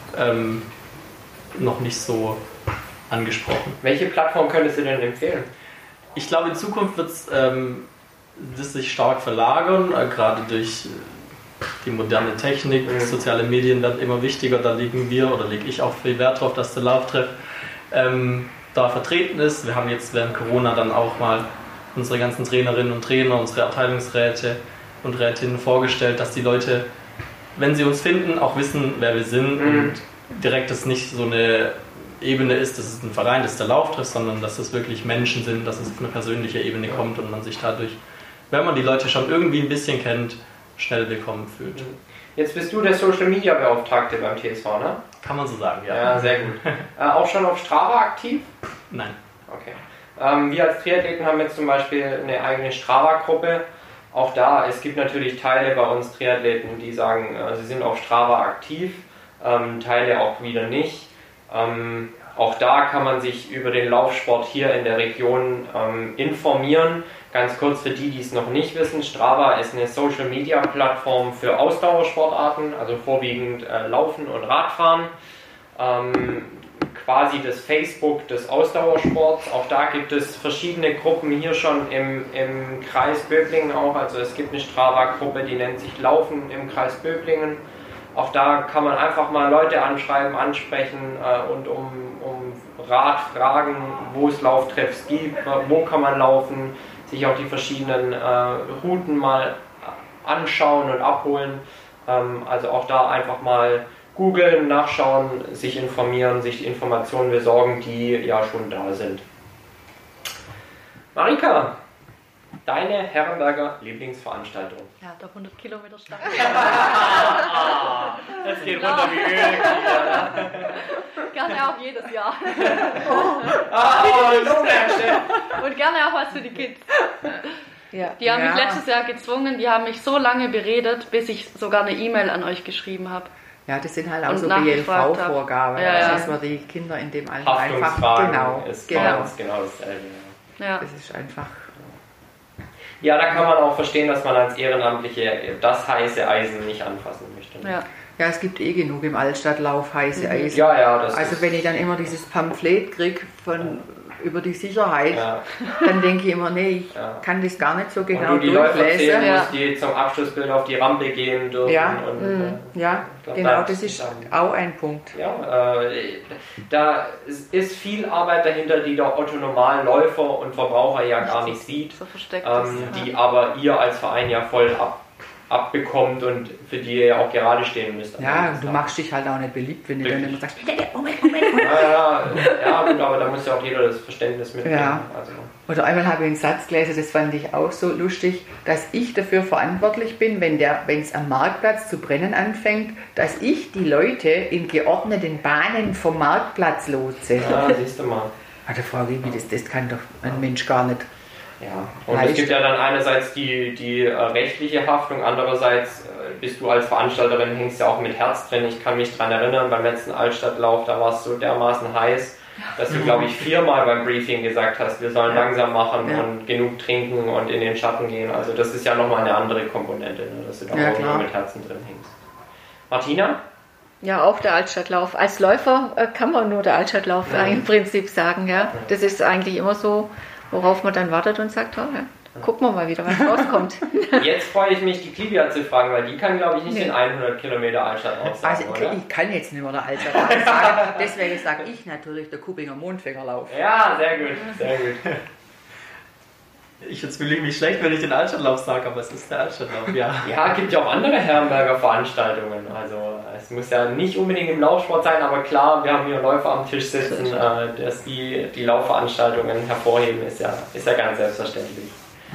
noch nicht so angesprochen. Welche Plattform könntest du denn empfehlen? Ich glaube, in Zukunft wird das sich stark verlagern, gerade durch die moderne Technik. Soziale Medien werden immer wichtiger, da lege ich auch viel Wert drauf, dass der Lauftreff da vertreten ist. Wir haben jetzt während Corona dann auch mal unsere ganzen Trainerinnen und Trainer, unsere Abteilungsräte und Rätinnen vorgestellt, dass die Leute, wenn sie uns finden, auch wissen, wer wir sind und direkt das nicht so eine Ebene ist, das ist ein Verein, das ist der Lauftreff, sondern dass es wirklich Menschen sind, dass es auf eine persönliche Ebene kommt und man sich dadurch, wenn man die Leute schon irgendwie ein bisschen kennt, schnell willkommen fühlt. Jetzt bist du der Social Media Beauftragte beim TSV, ne? Kann man so sagen, ja. Ja, sehr gut. Auch schon auf Strava aktiv? Nein. Okay. Wir als Triathleten haben jetzt zum Beispiel eine eigene Strava-Gruppe. Auch da, es gibt natürlich Teile bei uns Triathleten, die sagen, sie sind auf Strava aktiv, Teile auch wieder nicht. Auch da kann man sich über den Laufsport hier in der Region informieren. Ganz kurz für die es noch nicht wissen, Strava ist eine Social-Media-Plattform für Ausdauersportarten, also vorwiegend Laufen und Radfahren. Quasi das Facebook des Ausdauersports. Auch da gibt es verschiedene Gruppen, hier schon im Kreis Böblingen auch. Also es gibt eine Strava-Gruppe, die nennt sich Laufen im Kreis Böblingen. Auch da kann man einfach mal Leute ansprechen und um Rat fragen, wo es Lauftreffs gibt, wo kann man laufen, sich auch die verschiedenen Routen mal anschauen und abholen. Also auch da einfach mal googeln, nachschauen, sich informieren, sich die Informationen besorgen, die ja schon da sind. Marika, deine Herrenberger Lieblingsveranstaltung? Ja, der 100 Kilometer Start. Das geht runter wie Öl. Gerne auch jedes Jahr. Und gerne auch was für die Kids. Ja. Die haben mich letztes Jahr gezwungen, die haben mich so lange beredet, bis ich sogar eine E-Mail an euch geschrieben habe. Ja, das sind halt auch Und so BLV-Vorgaben, dass man die Kinder in dem Alter einfach... Genau, ist genau dasselbe. Ja. Das ist einfach... Ja, da kann man auch verstehen, dass man als Ehrenamtliche das heiße Eisen nicht anfassen möchte. Ja, es gibt genug im Altstadtlauf heiße Eisen. Ja, das also wenn ich dann immer dieses Pamphlet kriege über die Sicherheit, dann denke ich immer, nee, ich kann das gar nicht so genau und du die Läufer zählen musst, Ja. die zum Abschlussbild auf die Rampe gehen dürfen. Ja, glaub, genau, das ist auch ein Punkt. Ja, da ist viel Arbeit dahinter, die der Otto-Normalläufer und Verbraucher ja gar nicht sieht, So versteckt die aber ihr als Verein ja voll abbekommt und für die ihr ja auch gerade stehen müsst. Ja, und du machst dich halt auch nicht beliebt, wenn du dann immer sagst, Moment. Ja, gut, aber da muss ja auch jeder das Verständnis mitnehmen. Ja. Also. Oder einmal habe ich einen Satz gelesen, das fand ich auch so lustig, dass ich dafür verantwortlich bin, wenn es am Marktplatz zu brennen anfängt, dass ich die Leute in geordneten Bahnen vom Marktplatz lotse. Ja, siehst du mal. Da frage ich mich, das kann doch ein Mensch gar nicht. Ja, und es gibt ja dann einerseits die rechtliche Haftung, andererseits bist du als Veranstalterin, hängst ja auch mit Herz drin. Ich kann mich daran erinnern, beim letzten Altstadtlauf, da war es so dermaßen heiß, dass du, glaube ich, 4-mal beim Briefing gesagt hast, wir sollen langsam machen Ja. und genug trinken und in den Schatten gehen. Also das ist ja nochmal eine andere Komponente, ne? Dass du da Ja, auch klar. mit Herzen drin hängst. Martina? Ja, auch der Altstadtlauf. Als Läufer kann man nur der Altstadtlauf im Prinzip sagen. Ja. Das ist eigentlich immer so, worauf man dann wartet und sagt, oh, ja, gucken wir mal wieder, was rauskommt. Jetzt freue ich mich, die Clivia zu fragen, weil die kann, glaube ich, nicht den 100 Kilometer Altstadtlauf sagen, Also oder? ich kann jetzt nicht mehr der Altstadtlauf sagen, deswegen sage ich natürlich der Kubinger Mondfingerlauf. Ja, sehr gut, sehr gut. Jetzt fühle ich mich schlecht, wenn ich den Altstadtlauf sage, aber es ist der Altstadtlauf, ja. Ja, gibt ja auch andere Herrenberger Veranstaltungen. Also es muss ja nicht unbedingt im Laufsport sein, aber klar, wir haben hier Läufer am Tisch sitzen, dass die Laufveranstaltungen hervorheben, ist ja ganz selbstverständlich.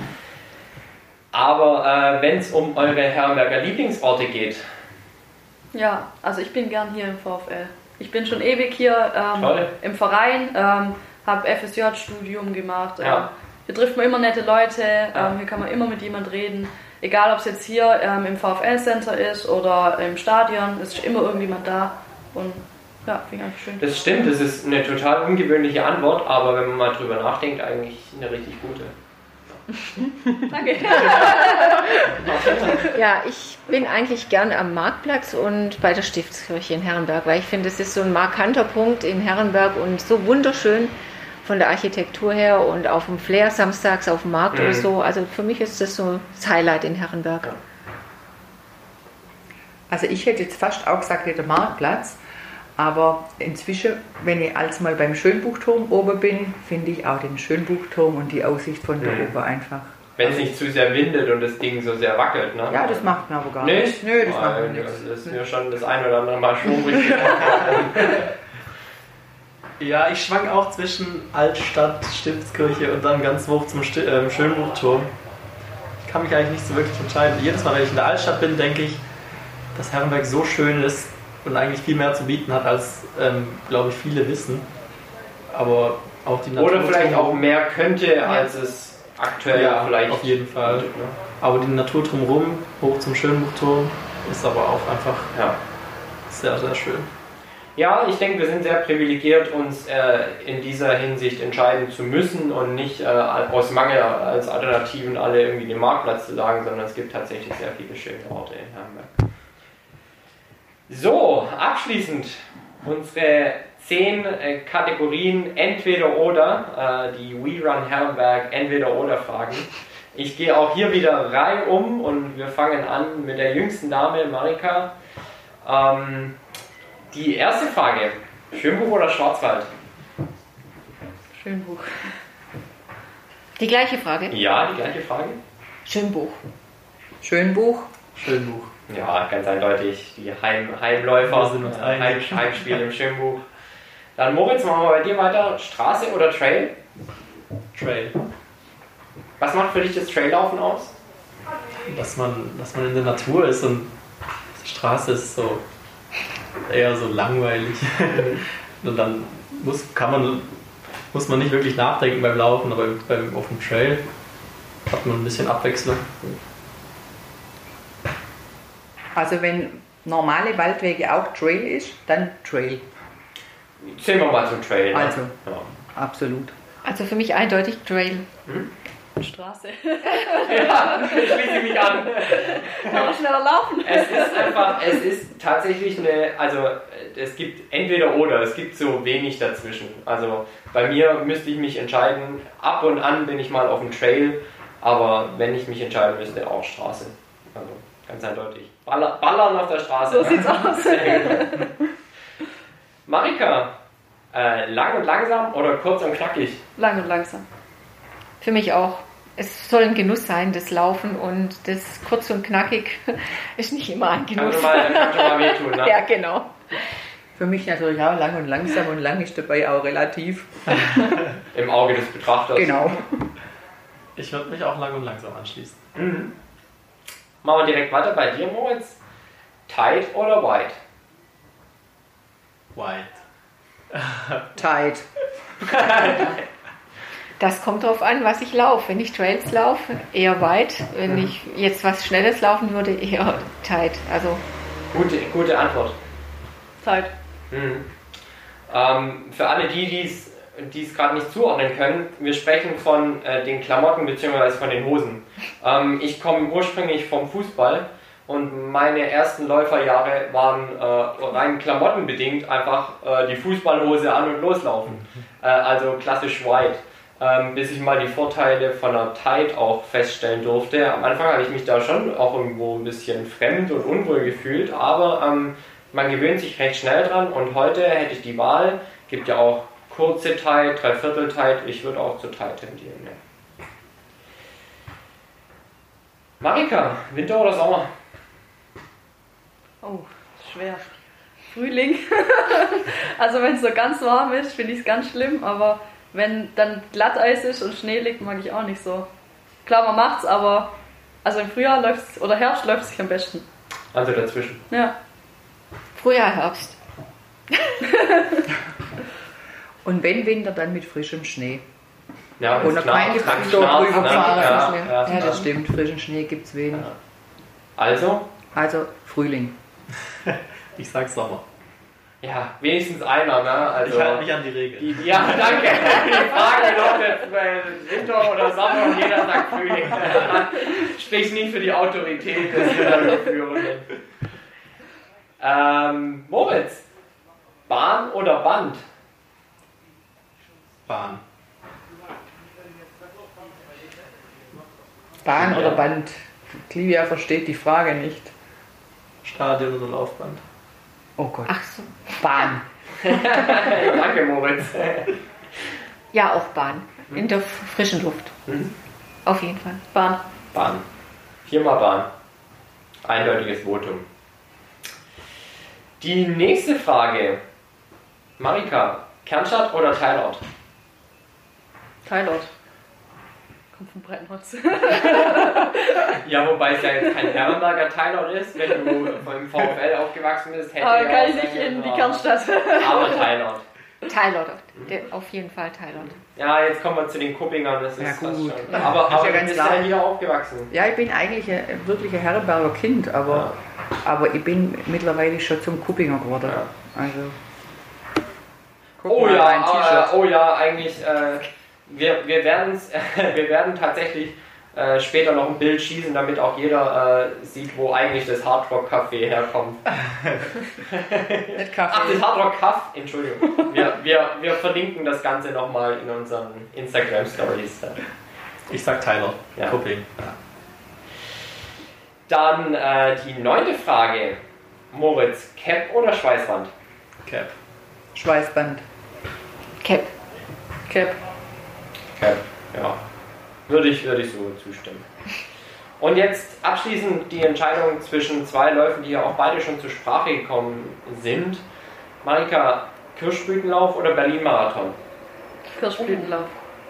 Aber wenn es um eure Herrenberger Lieblingsorte geht, Ja, also ich bin gern hier im VfL. Ich bin schon ewig hier Toll. im Verein, habe FSJ-Studium gemacht. Ja. Hier trifft man immer nette Leute, hier kann man immer mit jemand reden. Egal, ob es jetzt hier im VfL-Center ist oder im Stadion, es ist immer irgendjemand da. Und ja, finde ich eigentlich schön. das stimmt, das ist eine total ungewöhnliche Antwort, aber wenn man mal drüber nachdenkt, eigentlich eine richtig gute. Danke. Ja, ich bin eigentlich gern am Marktplatz und bei der Stiftskirche in Herrenberg, weil ich finde, das ist so ein markanter Punkt in Herrenberg und so wunderschön von der Architektur her und auf dem Flair samstags auf dem Markt oder so. Also für mich ist das so das Highlight in Herrenberg. Also ich hätte jetzt fast auch gesagt, der Marktplatz, aber inzwischen, wenn ich als mal beim Schönbuchturm oben bin, finde ich auch den Schönbuchturm und die Aussicht von da oben einfach. Wenn es nicht zu sehr windet und das Ding so sehr wackelt, ne? Ja, das macht mir aber gar Nicht? nichts. Nö, das macht mir Weil nichts. Das ist mir schon das ein oder andere Mal schwurig. Ja, ich schwank auch zwischen Altstadt, Stiftskirche und dann ganz hoch zum Schönbuchturm. Ich kann mich eigentlich nicht so wirklich entscheiden. Jedes Mal, wenn ich in der Altstadt bin, denke ich, dass Herrenberg so schön ist und eigentlich viel mehr zu bieten hat, als, glaube ich, viele wissen. Aber auch die Natur... Oder vielleicht auch mehr könnte, als es aktuell ja, vielleicht... auf jeden Fall. bietet, ne? Aber die Natur drumherum, hoch zum Schönbuchturm, ist aber auch einfach sehr, sehr schön. Ja, ich denke, wir sind sehr privilegiert, uns in dieser Hinsicht entscheiden zu müssen und nicht aus Mangel als Alternativen alle irgendwie den Marktplatz zu sagen, sondern es gibt tatsächlich sehr viele schöne Orte in Herrenberg. So, abschließend unsere 10 Kategorien Entweder-Oder, die We Run Herrenberg Entweder-Oder-Fragen. Ich gehe auch hier wieder reihum und wir fangen an mit der jüngsten Dame, Marika. Die erste Frage, Schönbuch oder Schwarzwald? Schönbuch. Die gleiche Frage. Ja, die gleiche Frage. Schönbuch. Schönbuch. Schönbuch. Ja, ganz eindeutig. Die Heimläufer, Wir sind uns einig. Heimspiel im Schönbuch. Dann Moritz, machen wir bei dir weiter. Straße oder Trail? Trail. Was macht für dich das Traillaufen aus? Dass man in der Natur ist und die Straße ist so eher so langweilig. Und dann muss man nicht wirklich nachdenken beim Laufen, aber auf dem Trail hat man ein bisschen Abwechslung. Also wenn normale Waldwege auch Trail ist, dann Trail. Zählen wir mal zum Trail. Ne? Also, Ja. absolut. Also für mich eindeutig Trail. Straße. Ja, ich schließe mich an. Kann man schneller laufen. Es ist tatsächlich es gibt entweder oder, es gibt so wenig dazwischen. Also bei mir müsste ich mich entscheiden, ab und an bin ich mal auf dem Trail, aber wenn ich mich entscheiden müsste, auch Straße. Also ganz eindeutig. Ballern auf der Straße. So sieht's aus. Marika, lang und langsam oder kurz und knackig? Lang und langsam. Für mich auch. Es soll ein Genuss sein, das Laufen, und das kurz und knackig ist nicht immer ein Kann Genuss. schon mal wehtun, ne? Ja, genau. Für mich natürlich auch lang und langsam, und lang ist dabei auch relativ. Im Auge des Betrachters. Genau. Ich würde mich auch lang und langsam anschließen. Mhm. Machen wir direkt weiter bei dir, Moritz. Tight oder wide? White. Tight. Das kommt darauf an, was ich laufe. Wenn ich Trails laufe, eher weit. Wenn ich jetzt was Schnelles laufen würde, eher tight. Also Gute Antwort. Zeit. Mhm. Für alle die es gerade nicht zuordnen können, wir sprechen von den Klamotten bzw. von den Hosen. Ich komme ursprünglich vom Fußball und meine ersten Läuferjahre waren rein klamottenbedingt einfach die Fußballhose an und loslaufen. Also klassisch white. Bis ich mal die Vorteile von einer Tide auch feststellen durfte. Am Anfang habe ich mich da schon auch irgendwo ein bisschen fremd und unwohl gefühlt, aber man gewöhnt sich recht schnell dran und heute hätte ich die Wahl, gibt ja auch kurze Tide, Dreiviertel Tide, ich würde auch zur Tide tendieren. Ja. Marika, Winter oder Sommer? Oh, schwer. Frühling. Also wenn es so ganz warm ist, finde ich es ganz schlimm, aber wenn dann Glatteis ist und Schnee liegt, mag ich auch nicht so. Klar, man macht's, aber also im Frühjahr läuft's oder Herbst läuft es sich am besten. Also dazwischen. Ja. Frühjahr, Herbst. Und wenn Winter, dann mit frischem Schnee. Ja, Und noch kein Gefühl drüber fahren. Ja, Das stimmt, frischen Schnee gibt es wenig. Also? Also Frühling. Ich sag Sommer. Ja, wenigstens einer, ne? Also, Ich halte mich an die Regeln. Ja, danke. Die Frage lautet Winter oder Sommer und jeder sagt Frühling. Sprich nicht für die Autorität des Führenden. Moritz, Bahn oder Band? Bahn. Bahn oder Band? Clivia versteht die Frage nicht. Stadion oder Laufband? Oh Gott. Ach so. Bahn. Danke, Moritz. Ja, auch Bahn. In der frischen Luft. Auf jeden Fall. Bahn. Bahn. 4-mal Bahn. Eindeutiges Votum. Die nächste Frage. Marika, Kernstadt oder Teilort? Teilort. Kommt vom Breitenholz. Ja, wobei es ja jetzt kein Herrenberger Teilort ist. Wenn du beim VfL aufgewachsen bist, hätte Aber ja kann auch ich nicht sein in die können, Kernstadt. aber Teilort. Teilort. Auf jeden Fall Teilort. Ja, jetzt kommen wir zu den Kuppingern. Das ist Ja, fast gut. schon. Aber ja du ganz bist ja klar. hier aufgewachsen. Ja, ich bin eigentlich ein wirklicher Herrenberger Kind, aber ich bin mittlerweile schon zum Kuppinger geworden. Ja. Also. Guck Oh mal, ein ja, T-Shirt. eigentlich, wir werden tatsächlich später noch ein Bild schießen, damit auch jeder sieht, wo eigentlich das Hard Rock Café herkommt. Nicht Kaffee. Ach, das Hard Rock Café, Entschuldigung. Wir verlinken das Ganze nochmal in unseren Instagram Stories. Ich sag Tyler. Ja. Kupping. Dann die 9. Frage. Moritz, Cap oder Schweißband? Cap. Schweißband. Cap. Cap. Cap, ja. Würde ich so zustimmen. Und jetzt abschließend die Entscheidung zwischen zwei Läufen, die ja auch beide schon zur Sprache gekommen sind. Marika, Kirschblütenlauf oder Berlin-Marathon? Kirschblütenlauf.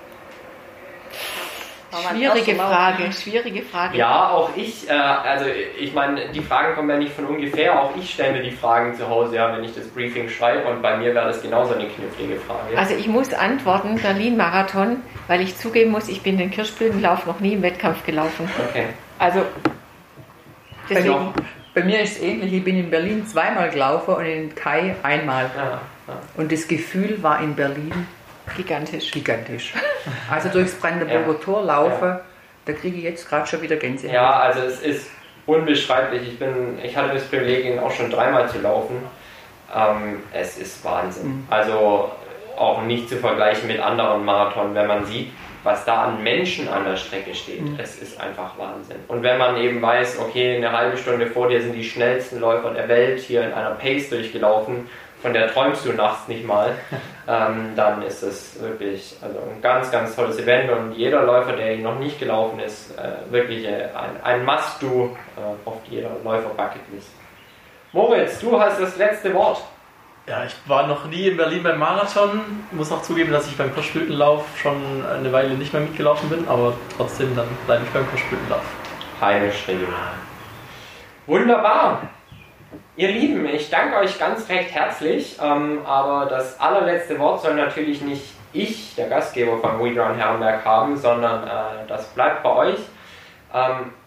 Schwierige Frage. Ja, auch ich, also ich meine, die Fragen kommen ja nicht von ungefähr, auch ich stelle mir die Fragen zu Hause, ja, wenn ich das Briefing schreibe und bei mir wäre das genauso eine knifflige Frage. Also ich muss antworten, Berlin-Marathon, weil ich zugeben muss, ich bin den Kirschblütenlauf noch nie im Wettkampf gelaufen. Okay. Also deswegen, Bei mir ist es ähnlich. Ich bin in Berlin zweimal gelaufen und in Kai einmal. Ja. Und das Gefühl war in Berlin gigantisch. gigantisch. Also durchs Brandenburger Tor laufen, da kriege ich jetzt gerade schon wieder Gänsehaut. Ja, also es ist unbeschreiblich. Ich hatte das Privileg, ihn auch schon 3-mal zu laufen. Es ist Wahnsinn. Also auch nicht zu vergleichen mit anderen Marathon, wenn man sieht, was da an Menschen an der Strecke steht. Es ist einfach Wahnsinn. Und wenn man eben weiß, okay, eine halbe Stunde vor dir sind die schnellsten Läufer der Welt hier in einer Pace durchgelaufen, von der träumst du nachts nicht mal, dann ist es wirklich also ein ganz, ganz tolles Event und jeder Läufer, der ihn noch nicht gelaufen ist, wirklich ein Must-Do auf jeder Läufer-Bucketlist. Moritz, du hast das letzte Wort. Ja, ich war noch nie in Berlin beim Marathon. Muss auch zugeben, dass ich beim Kirschblütenlauf schon eine Weile nicht mehr mitgelaufen bin, aber trotzdem dann bleibe ich beim Kirschblütenlauf. Heimisch regional. Wunderbar. Ihr Lieben, ich danke euch ganz recht herzlich, aber das allerletzte Wort soll natürlich nicht der Gastgeber von We Run Herrenberg, haben, sondern das bleibt bei euch.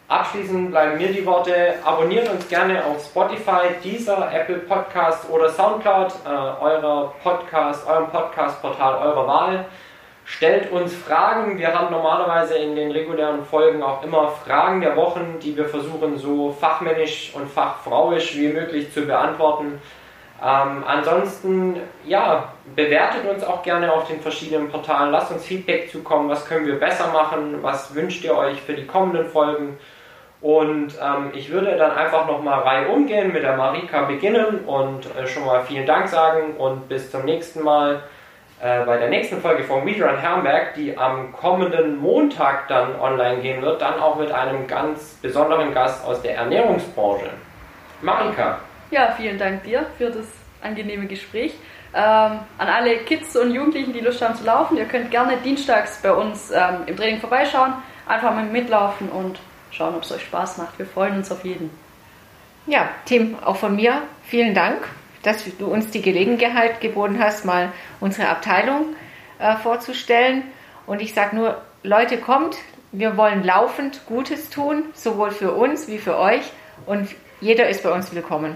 Abschließend bleiben mir die Worte, abonniert uns gerne auf Spotify, Deezer, Apple Podcast oder Soundcloud, eurem Podcast-Portal eurer Wahl. Stellt uns Fragen, wir haben normalerweise in den regulären Folgen auch immer Fragen der Wochen, die wir versuchen so fachmännisch und fachfrauisch wie möglich zu beantworten. Ansonsten, ja, bewertet uns auch gerne auf den verschiedenen Portalen, lasst uns Feedback zukommen, was können wir besser machen, was wünscht ihr euch für die kommenden Folgen. Und ich würde dann einfach nochmal reihum gehen, mit der Marika beginnen und schon mal vielen Dank sagen und bis zum nächsten Mal bei der nächsten Folge von We Run Herrenberg, die am kommenden Montag dann online gehen wird, dann auch mit einem ganz besonderen Gast aus der Ernährungsbranche. Marika. Ja, vielen Dank dir für das angenehme Gespräch. An alle Kids und Jugendlichen, die Lust haben zu laufen, ihr könnt gerne dienstags bei uns im Training vorbeischauen, einfach mal mitlaufen und schauen, ob es euch Spaß macht. Wir freuen uns auf jeden. Ja, Tim, auch von mir vielen Dank, dass du uns die Gelegenheit geboten hast, mal unsere Abteilung vorzustellen. Und ich sage nur, Leute, kommt, wir wollen laufend Gutes tun, sowohl für uns wie für euch. Und jeder ist bei uns willkommen.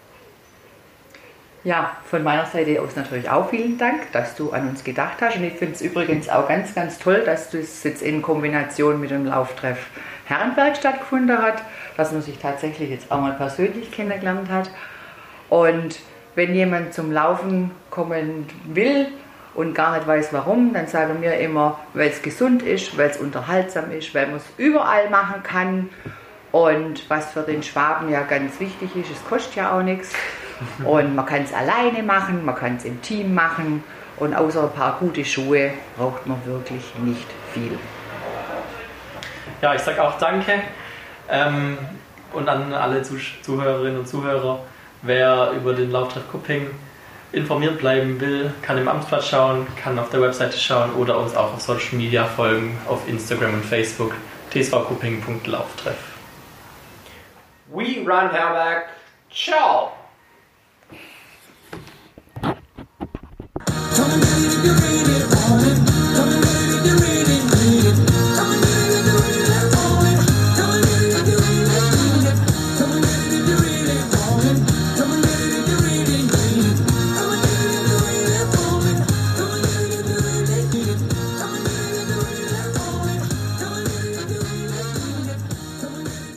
Ja, von meiner Seite aus natürlich auch vielen Dank, dass du an uns gedacht hast. Und ich finde es übrigens auch ganz, ganz toll, dass das jetzt in Kombination mit dem Lauftreff Herrenberg stattgefunden hat, dass man sich tatsächlich jetzt auch mal persönlich kennengelernt hat. Und wenn jemand zum Laufen kommen will und gar nicht weiß warum, dann sagen wir immer, weil es gesund ist, weil es unterhaltsam ist, weil man es überall machen kann. Und was für den Schwaben ja ganz wichtig ist, es kostet ja auch nichts. Und man kann es alleine machen, man kann es im Team machen. Und außer ein paar gute Schuhe braucht man wirklich nicht viel. Ja, ich sage auch Danke und an alle Zuhörerinnen und Zuhörer. Wer über den Lauftreff Kupping informiert bleiben will, kann im Amtsplatz schauen, kann auf der Webseite schauen oder uns auch auf Social Media folgen, auf Instagram und Facebook, tsvkupping.lauftreff. We Run Herrenberg. Ciao! Come and be